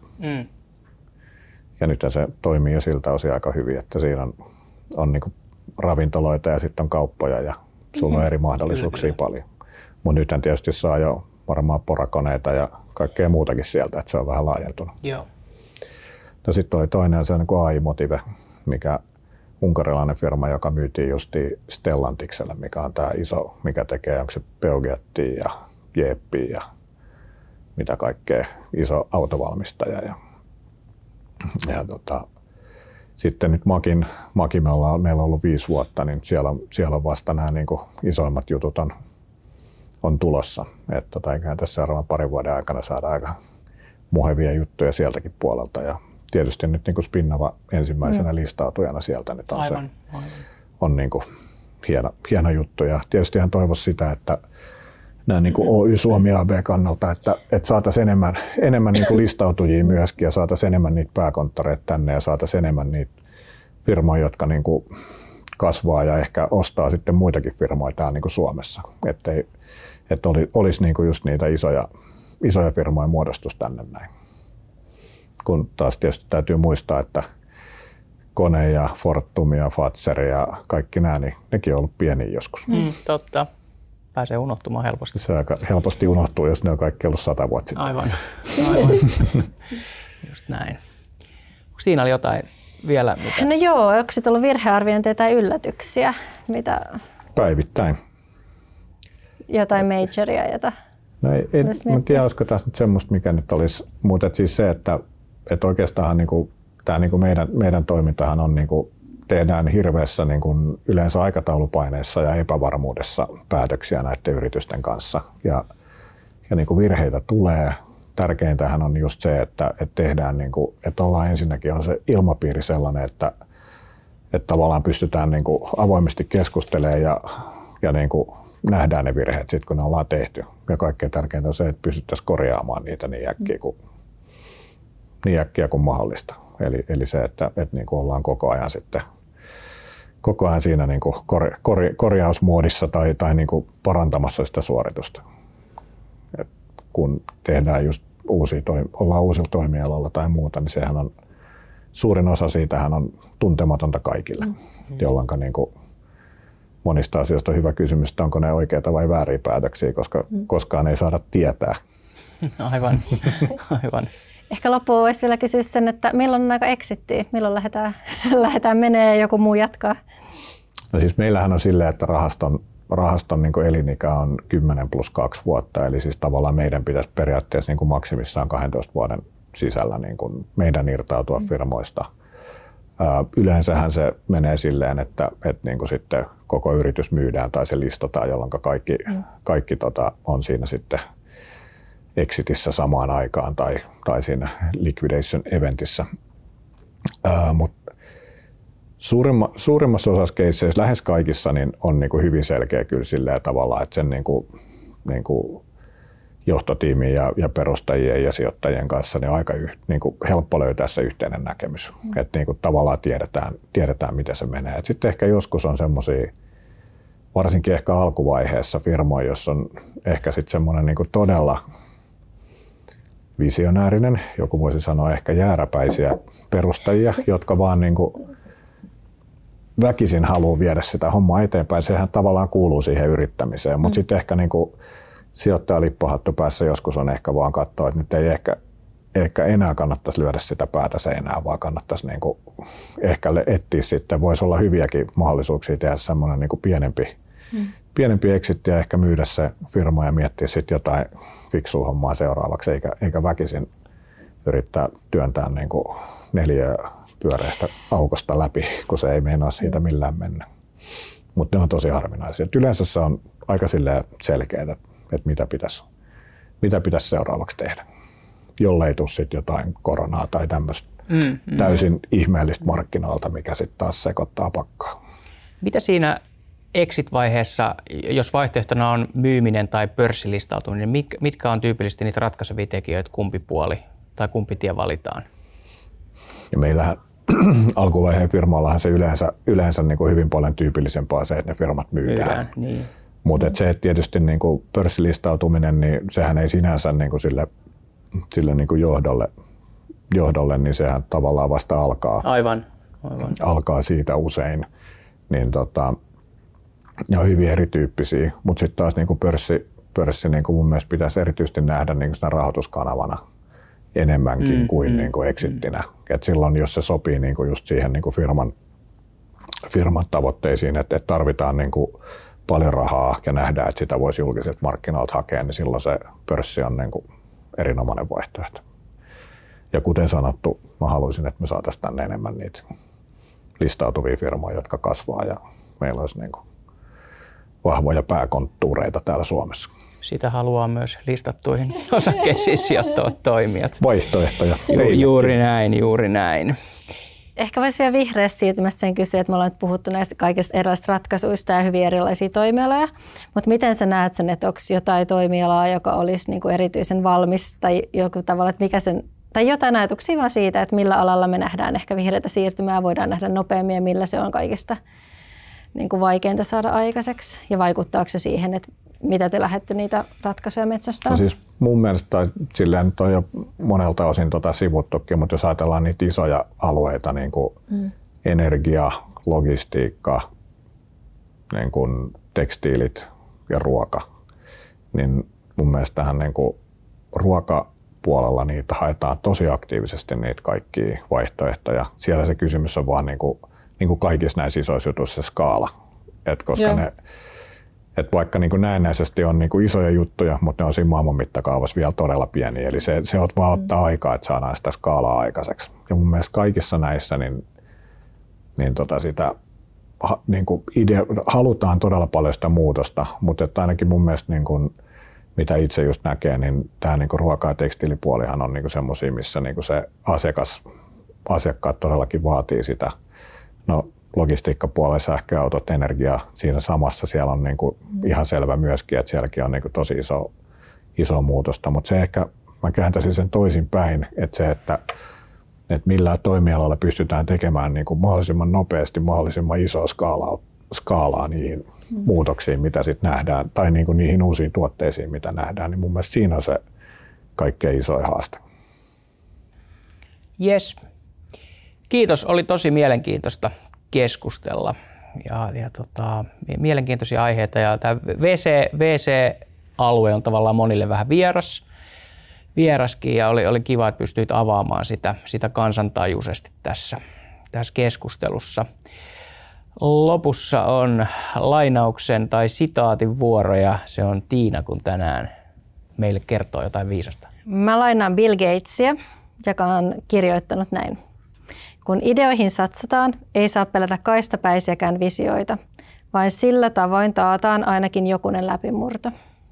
Ja nyt se toimii jo siltä osin aika hyvin, että siinä on niin kuin ravintoloita ja sitten on kauppoja ja sulla on eri mahdollisuuksia paljon. Mutta nythän tietysti saa jo varmaan porakoneita ja kaikkea muutakin sieltä, että se on vähän laajentunut. Joo. No sitten oli toinen se niin kuin AI-motive, mikä unkarilainen firma, joka myytiin justiin Stellantikselle, mikä on tämä iso, mikä tekee, onko se Peugeotia ja Jeeppiä ja mitä kaikkea, iso autovalmistaja. Ja sitten nyt Maki meillä on ollut 5 vuotta, niin siellä on vasta nämä niin kuin isoimmat jutut on tulossa. Että eiköhän tässä seuraavan parin vuoden aikana saada aika muhevia juttuja sieltäkin puolelta. Ja tietysti nyt niin kuin Spinnova ensimmäisenä listautujana sieltä nyt on, on niin kuin hieno juttu. Ja tietysti hän toivoisi sitä, että nämä niin kuin Oy Suomi AB kannalta, että saataisiin enemmän niin kuin listautujia myöskin ja saataisiin enemmän niitä pääkonttoreita tänne ja saataisiin enemmän niitä firmoja, jotka niin kuin kasvaa ja ehkä ostaa sitten muitakin firmoja täällä niin kuin Suomessa. Että olisi niin kuin just niitä isoja firmoja muodostus tänne näin. Kun taas tietysti täytyy muistaa, että Kone ja Fortum ja Fazer ja kaikki nämä, niin nekin on ollut pieniä joskus. Totta. Pääsee unohtumaan helposti. Se aika helposti unohtuu, jos ne on kaikki ollut 100 vuotta sitten. Aivan. Just näin. Onko Tiinalla jotain vielä? Mitä? No joo, onko sitten ollut virhearviointeja tai yllätyksiä? Mitä? Päivittäin. Jotain majoria, jota... No en tiedä, olisiko tässä nyt semmoista, mikä nyt olisi. Mutta siis se, että oikeastaan niinku, tämä niinku meidän toimintahan on, niinku, tehdään hirveässä niinku, yleensä aikataulupaineessa ja epävarmuudessa päätöksiä näiden yritysten kanssa. Ja niinku virheitä tulee. Tärkeintähän on just se, että tehdään, niinku, että ollaan ensinnäkin on se ilmapiiri sellainen, että tavallaan pystytään niinku avoimesti keskustelemaan ja niinku nähdään ne virheet sitten, kun ne ollaan tehty. Ja kaikkein tärkeintä on se, että pystyttäisiin korjaamaan niitä niin äkkiä kuin mahdollista. Eli se, että niinku ollaan koko ajan siinä niinku korjausmuodissa tai niinku parantamassa sitä suoritusta. Et kun tehdään just ollaan uusilla toimialalla tai muuta, niin sehän on suurin osa siitähän on tuntematonta kaikille, jolloin niinku monista asioista on hyvä kysymys, että onko ne oikeita vai vääriä päätöksiä, koska koskaan ei saada tietää. Aivan. Ehkä loppuun voisi vielä kysyä sen, että milloin on aika exittiä? Milloin lähdetään menee ja joku muu jatkaa? No siis meillähän on silleen, että rahaston niin kuin elinikä on 10+2 vuotta, eli siis tavallaan meidän pitäisi periaatteessa niin kuin maksimissaan 12 vuoden sisällä niin kuin meidän irtautua firmoista. Yleensähän se menee silleen, että niin kuin sitten koko yritys myydään tai se listataan, jolloin kaikki on siinä sitten exitissä samaan aikaan tai siinä liquidation eventissä. Mutta suurimmassa osassa keisseissä, lähes kaikissa, niin on niin kuin hyvin selkeä kyllä silleen tavalla, että sen niin kuin johtotiimin ja perustajien ja sijoittajien kanssa niin on aika niin kuin helppo löytää se yhteinen näkemys. Että niin kuin tavallaan tiedetään, miten se menee. Et sitten ehkä joskus on semmoisia, varsinkin ehkä alkuvaiheessa firmoja, jossa on ehkä sitten semmoinen niin kuin todella visionäärinen, joku voisi sanoa ehkä jääräpäisiä perustajia, jotka vaan niin kuin väkisin haluaa viedä sitä hommaa eteenpäin. Sehän tavallaan kuuluu siihen yrittämiseen, mutta sitten ehkä niin kuin sijoittaja lippuhattu päässä joskus on ehkä vaan katsoa, että nyt ei ehkä enää kannattaisi lyödä sitä päätä seinään, vaan kannattaisi niin kuin ehkä etsiä sitten. Voisi olla hyviäkin mahdollisuuksia tehdä semmoinen niin kuin pienempi exit ja ehkä myydä se firma ja miettiä sitten jotain fiksua hommaa seuraavaksi, eikä väkisin yrittää työntää niin kuin 4 pyöreästä aukosta läpi, kun se ei meinaa siitä millään mennä. Mutta ne on tosi harvinaisia. Yleensä se on aika selkeää, että mitä pitäisi seuraavaksi tehdä, jollei tule sitten jotain koronaa tai tämmöistä täysin ihmeellistä markkinoilta, mikä sitten taas sekoittaa pakkaa. Mitä siinä exit-vaiheessa, jos vaihtoehtona on myyminen tai pörssilistautuminen, mitkä on tyypillisesti niitä ratkaisevia tekijöitä, kumpi puoli tai kumpi tie valitaan? Ja meillähän alkuvaiheen firmallahan se yleensä niin kuin hyvin paljon tyypillisempää se, että ne firmat myydään. Niin. Mutta se, että tietysti niin kuin pörssilistautuminen, niin sehän ei sinänsä niin kuin sille niin kuin johdolle, niin sehän tavallaan vasta alkaa. Aivan. Alkaa siitä usein. Niin ne on hyvin erityyppisiä, mutta sitten taas niin kuin pörssi niin kuin mun mielestä pitäisi erityisesti nähdä niin kuin sitä rahoituskanavana enemmänkin kuin, niin kuin exittinä. Et silloin, jos se sopii niin kuin just siihen niin kuin firman tavoitteisiin, että tarvitaan niin kuin paljon rahaa ja nähdään, että sitä voisi julkiset markkinoilta hakea, niin silloin se pörssi on niin kuin erinomainen vaihtoehto. Ja kuten sanottu, mä haluaisin, että me saataisiin tänne enemmän niitä listautuvia firmoja, jotka kasvaa ja meillä olisi niin kuin vahvoja pääkonttuureita täällä Suomessa. Sitä haluaa myös listattuihin osakkeisiin sijoittavat toimijat. Vaihtoehtoja. Juuri näin. Ehkä voisi vielä vihreässä siirtymästä sen kysyä, että me ollaan puhuttu näistä kaikista erilaisista ratkaisuista ja hyvin erilaisia toimialoja, mutta miten sä näet sen, että onko jotain toimialaa, joka olisi niin kuin erityisen valmis tai joku tavalla, että mikä sen, tai jotain ajatuksia vaan siitä, että millä alalla me nähdään ehkä vihreätä siirtymää, voidaan nähdä nopeammin ja millä se on kaikista niin kuin vaikeinta saada aikaiseksi ja vaikuttaako se siihen, että mitä te lähdette niitä ratkaisuja metsästään? No siis mun mielestä, tai silleen nyt on jo monelta osin sivuttukin, mutta jos ajatellaan niitä isoja alueita, niin kuin energia, logistiikka, niin kuin tekstiilit ja ruoka, niin mun mielestä tähän niin kuin ruokapuolella niitä haetaan tosi aktiivisesti niitä kaikkia vaihtoehtoja. Siellä se kysymys on vaan niin kuin kaikissa näissä isoissa jutuissa se skaala, koska että vaikka niin kuin näennäisesti on niin kuin isoja juttuja, mutta ne on siinä maailman mittakaavassa vielä todella pieniä. Eli se vaan ottaa aikaa, että saadaan sitä skaalaa aikaiseksi. Ja mun mielestä kaikissa näissä sitä niin kuin halutaan todella paljon sitä muutosta, mutta että ainakin mun mielestä niin kuin, mitä itse just näkee, niin tämä niin kuin ruoka- ja tekstiilipuolihan on niin kuin semmoisia, missä niin kuin se asiakkaat todellakin vaatii sitä. No, logistiikkapuolella, sähköautot, energia, siinä samassa siellä on niin kuin ihan selvä myöskin, että sielläkin on niin kuin tosi iso muutosta, mutta se ehkä, mä kääntäisin sen toisin päin, että se, että millään toimialalla pystytään tekemään niin kuin mahdollisimman nopeasti, mahdollisimman isoa skaalaa niihin muutoksiin, mitä sitten nähdään, tai niin kuin niihin uusiin tuotteisiin, mitä nähdään, niin mun mielestä siinä on se kaikkein isoin haaste. Jes. Kiitos, oli tosi mielenkiintoista keskustella ja mielenkiintoisia aiheita ja tämä VC-alue on tavallaan monille vähän vieraskin ja oli kiva, että pystyit avaamaan sitä kansantajuisesti tässä keskustelussa. Lopussa on lainauksen tai sitaatin vuoro ja se on Tiina, kun tänään meille kertoo jotain viisasta. Mä lainaan Bill Gatesia, joka on kirjoittanut näin. Kun ideoihin satsataan, ei saa pelätä kaistapäisiäkään visioita, vaan sillä tavoin taataan ainakin jokunen läpimurto.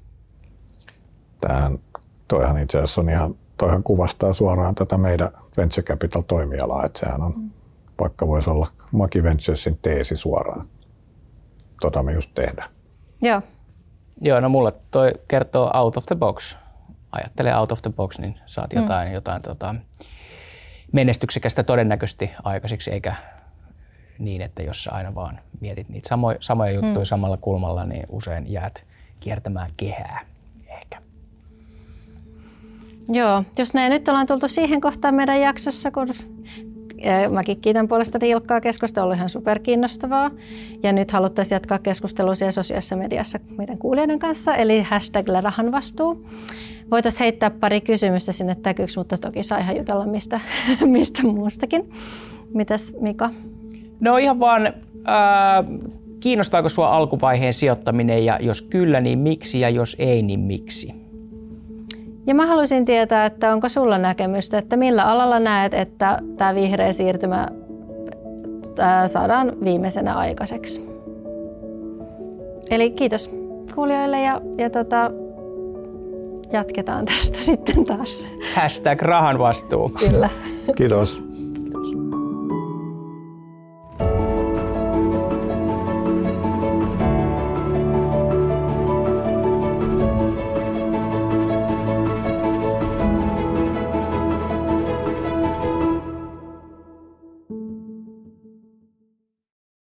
Toihan itse asiassa toihan kuvastaa suoraan tätä meidän Venture Capital-toimialaa, että sehän on, vaikka voisi olla Maki Venturesin teesi suoraan. Me just tehdään. Joo, no mulle toi kertoo out of the box. Ajattelee out of the box, niin saat jotain menestyksekästä todennäköisesti aikaiseksi, eikä niin, että jos sä aina vaan mietit niitä samoja juttuja samalla kulmalla, niin usein jäät kiertämään kehää ehkä. Joo, jos näin nyt ollaan tultu siihen kohtaan meidän jaksossa, kun mäkin kiitän puolestani Ilkkaa, keskustelu oli ihan superkiinnostavaa. Ja nyt haluttaisiin jatkaa keskustelua siellä sosiaalisessa mediassa meidän kuulijoiden kanssa, eli #rahanvastuu. Voitaisiin heittää pari kysymystä sinne täkyksi, mutta toki saa ihan jutella mistä muustakin. Mitäs Mika? No ihan vaan, kiinnostaako sua alkuvaiheen sijoittaminen ja jos kyllä, niin miksi ja jos ei, niin miksi? Ja mä haluaisin tietää, että onko sulla näkemystä, että millä alalla näet, että tämä vihreä siirtymä saadaan viimeisenä aikaiseksi. Eli kiitos kuulijoille ja jatketaan tästä sitten taas. #rahanvastuu. Kyllä. Kiitos.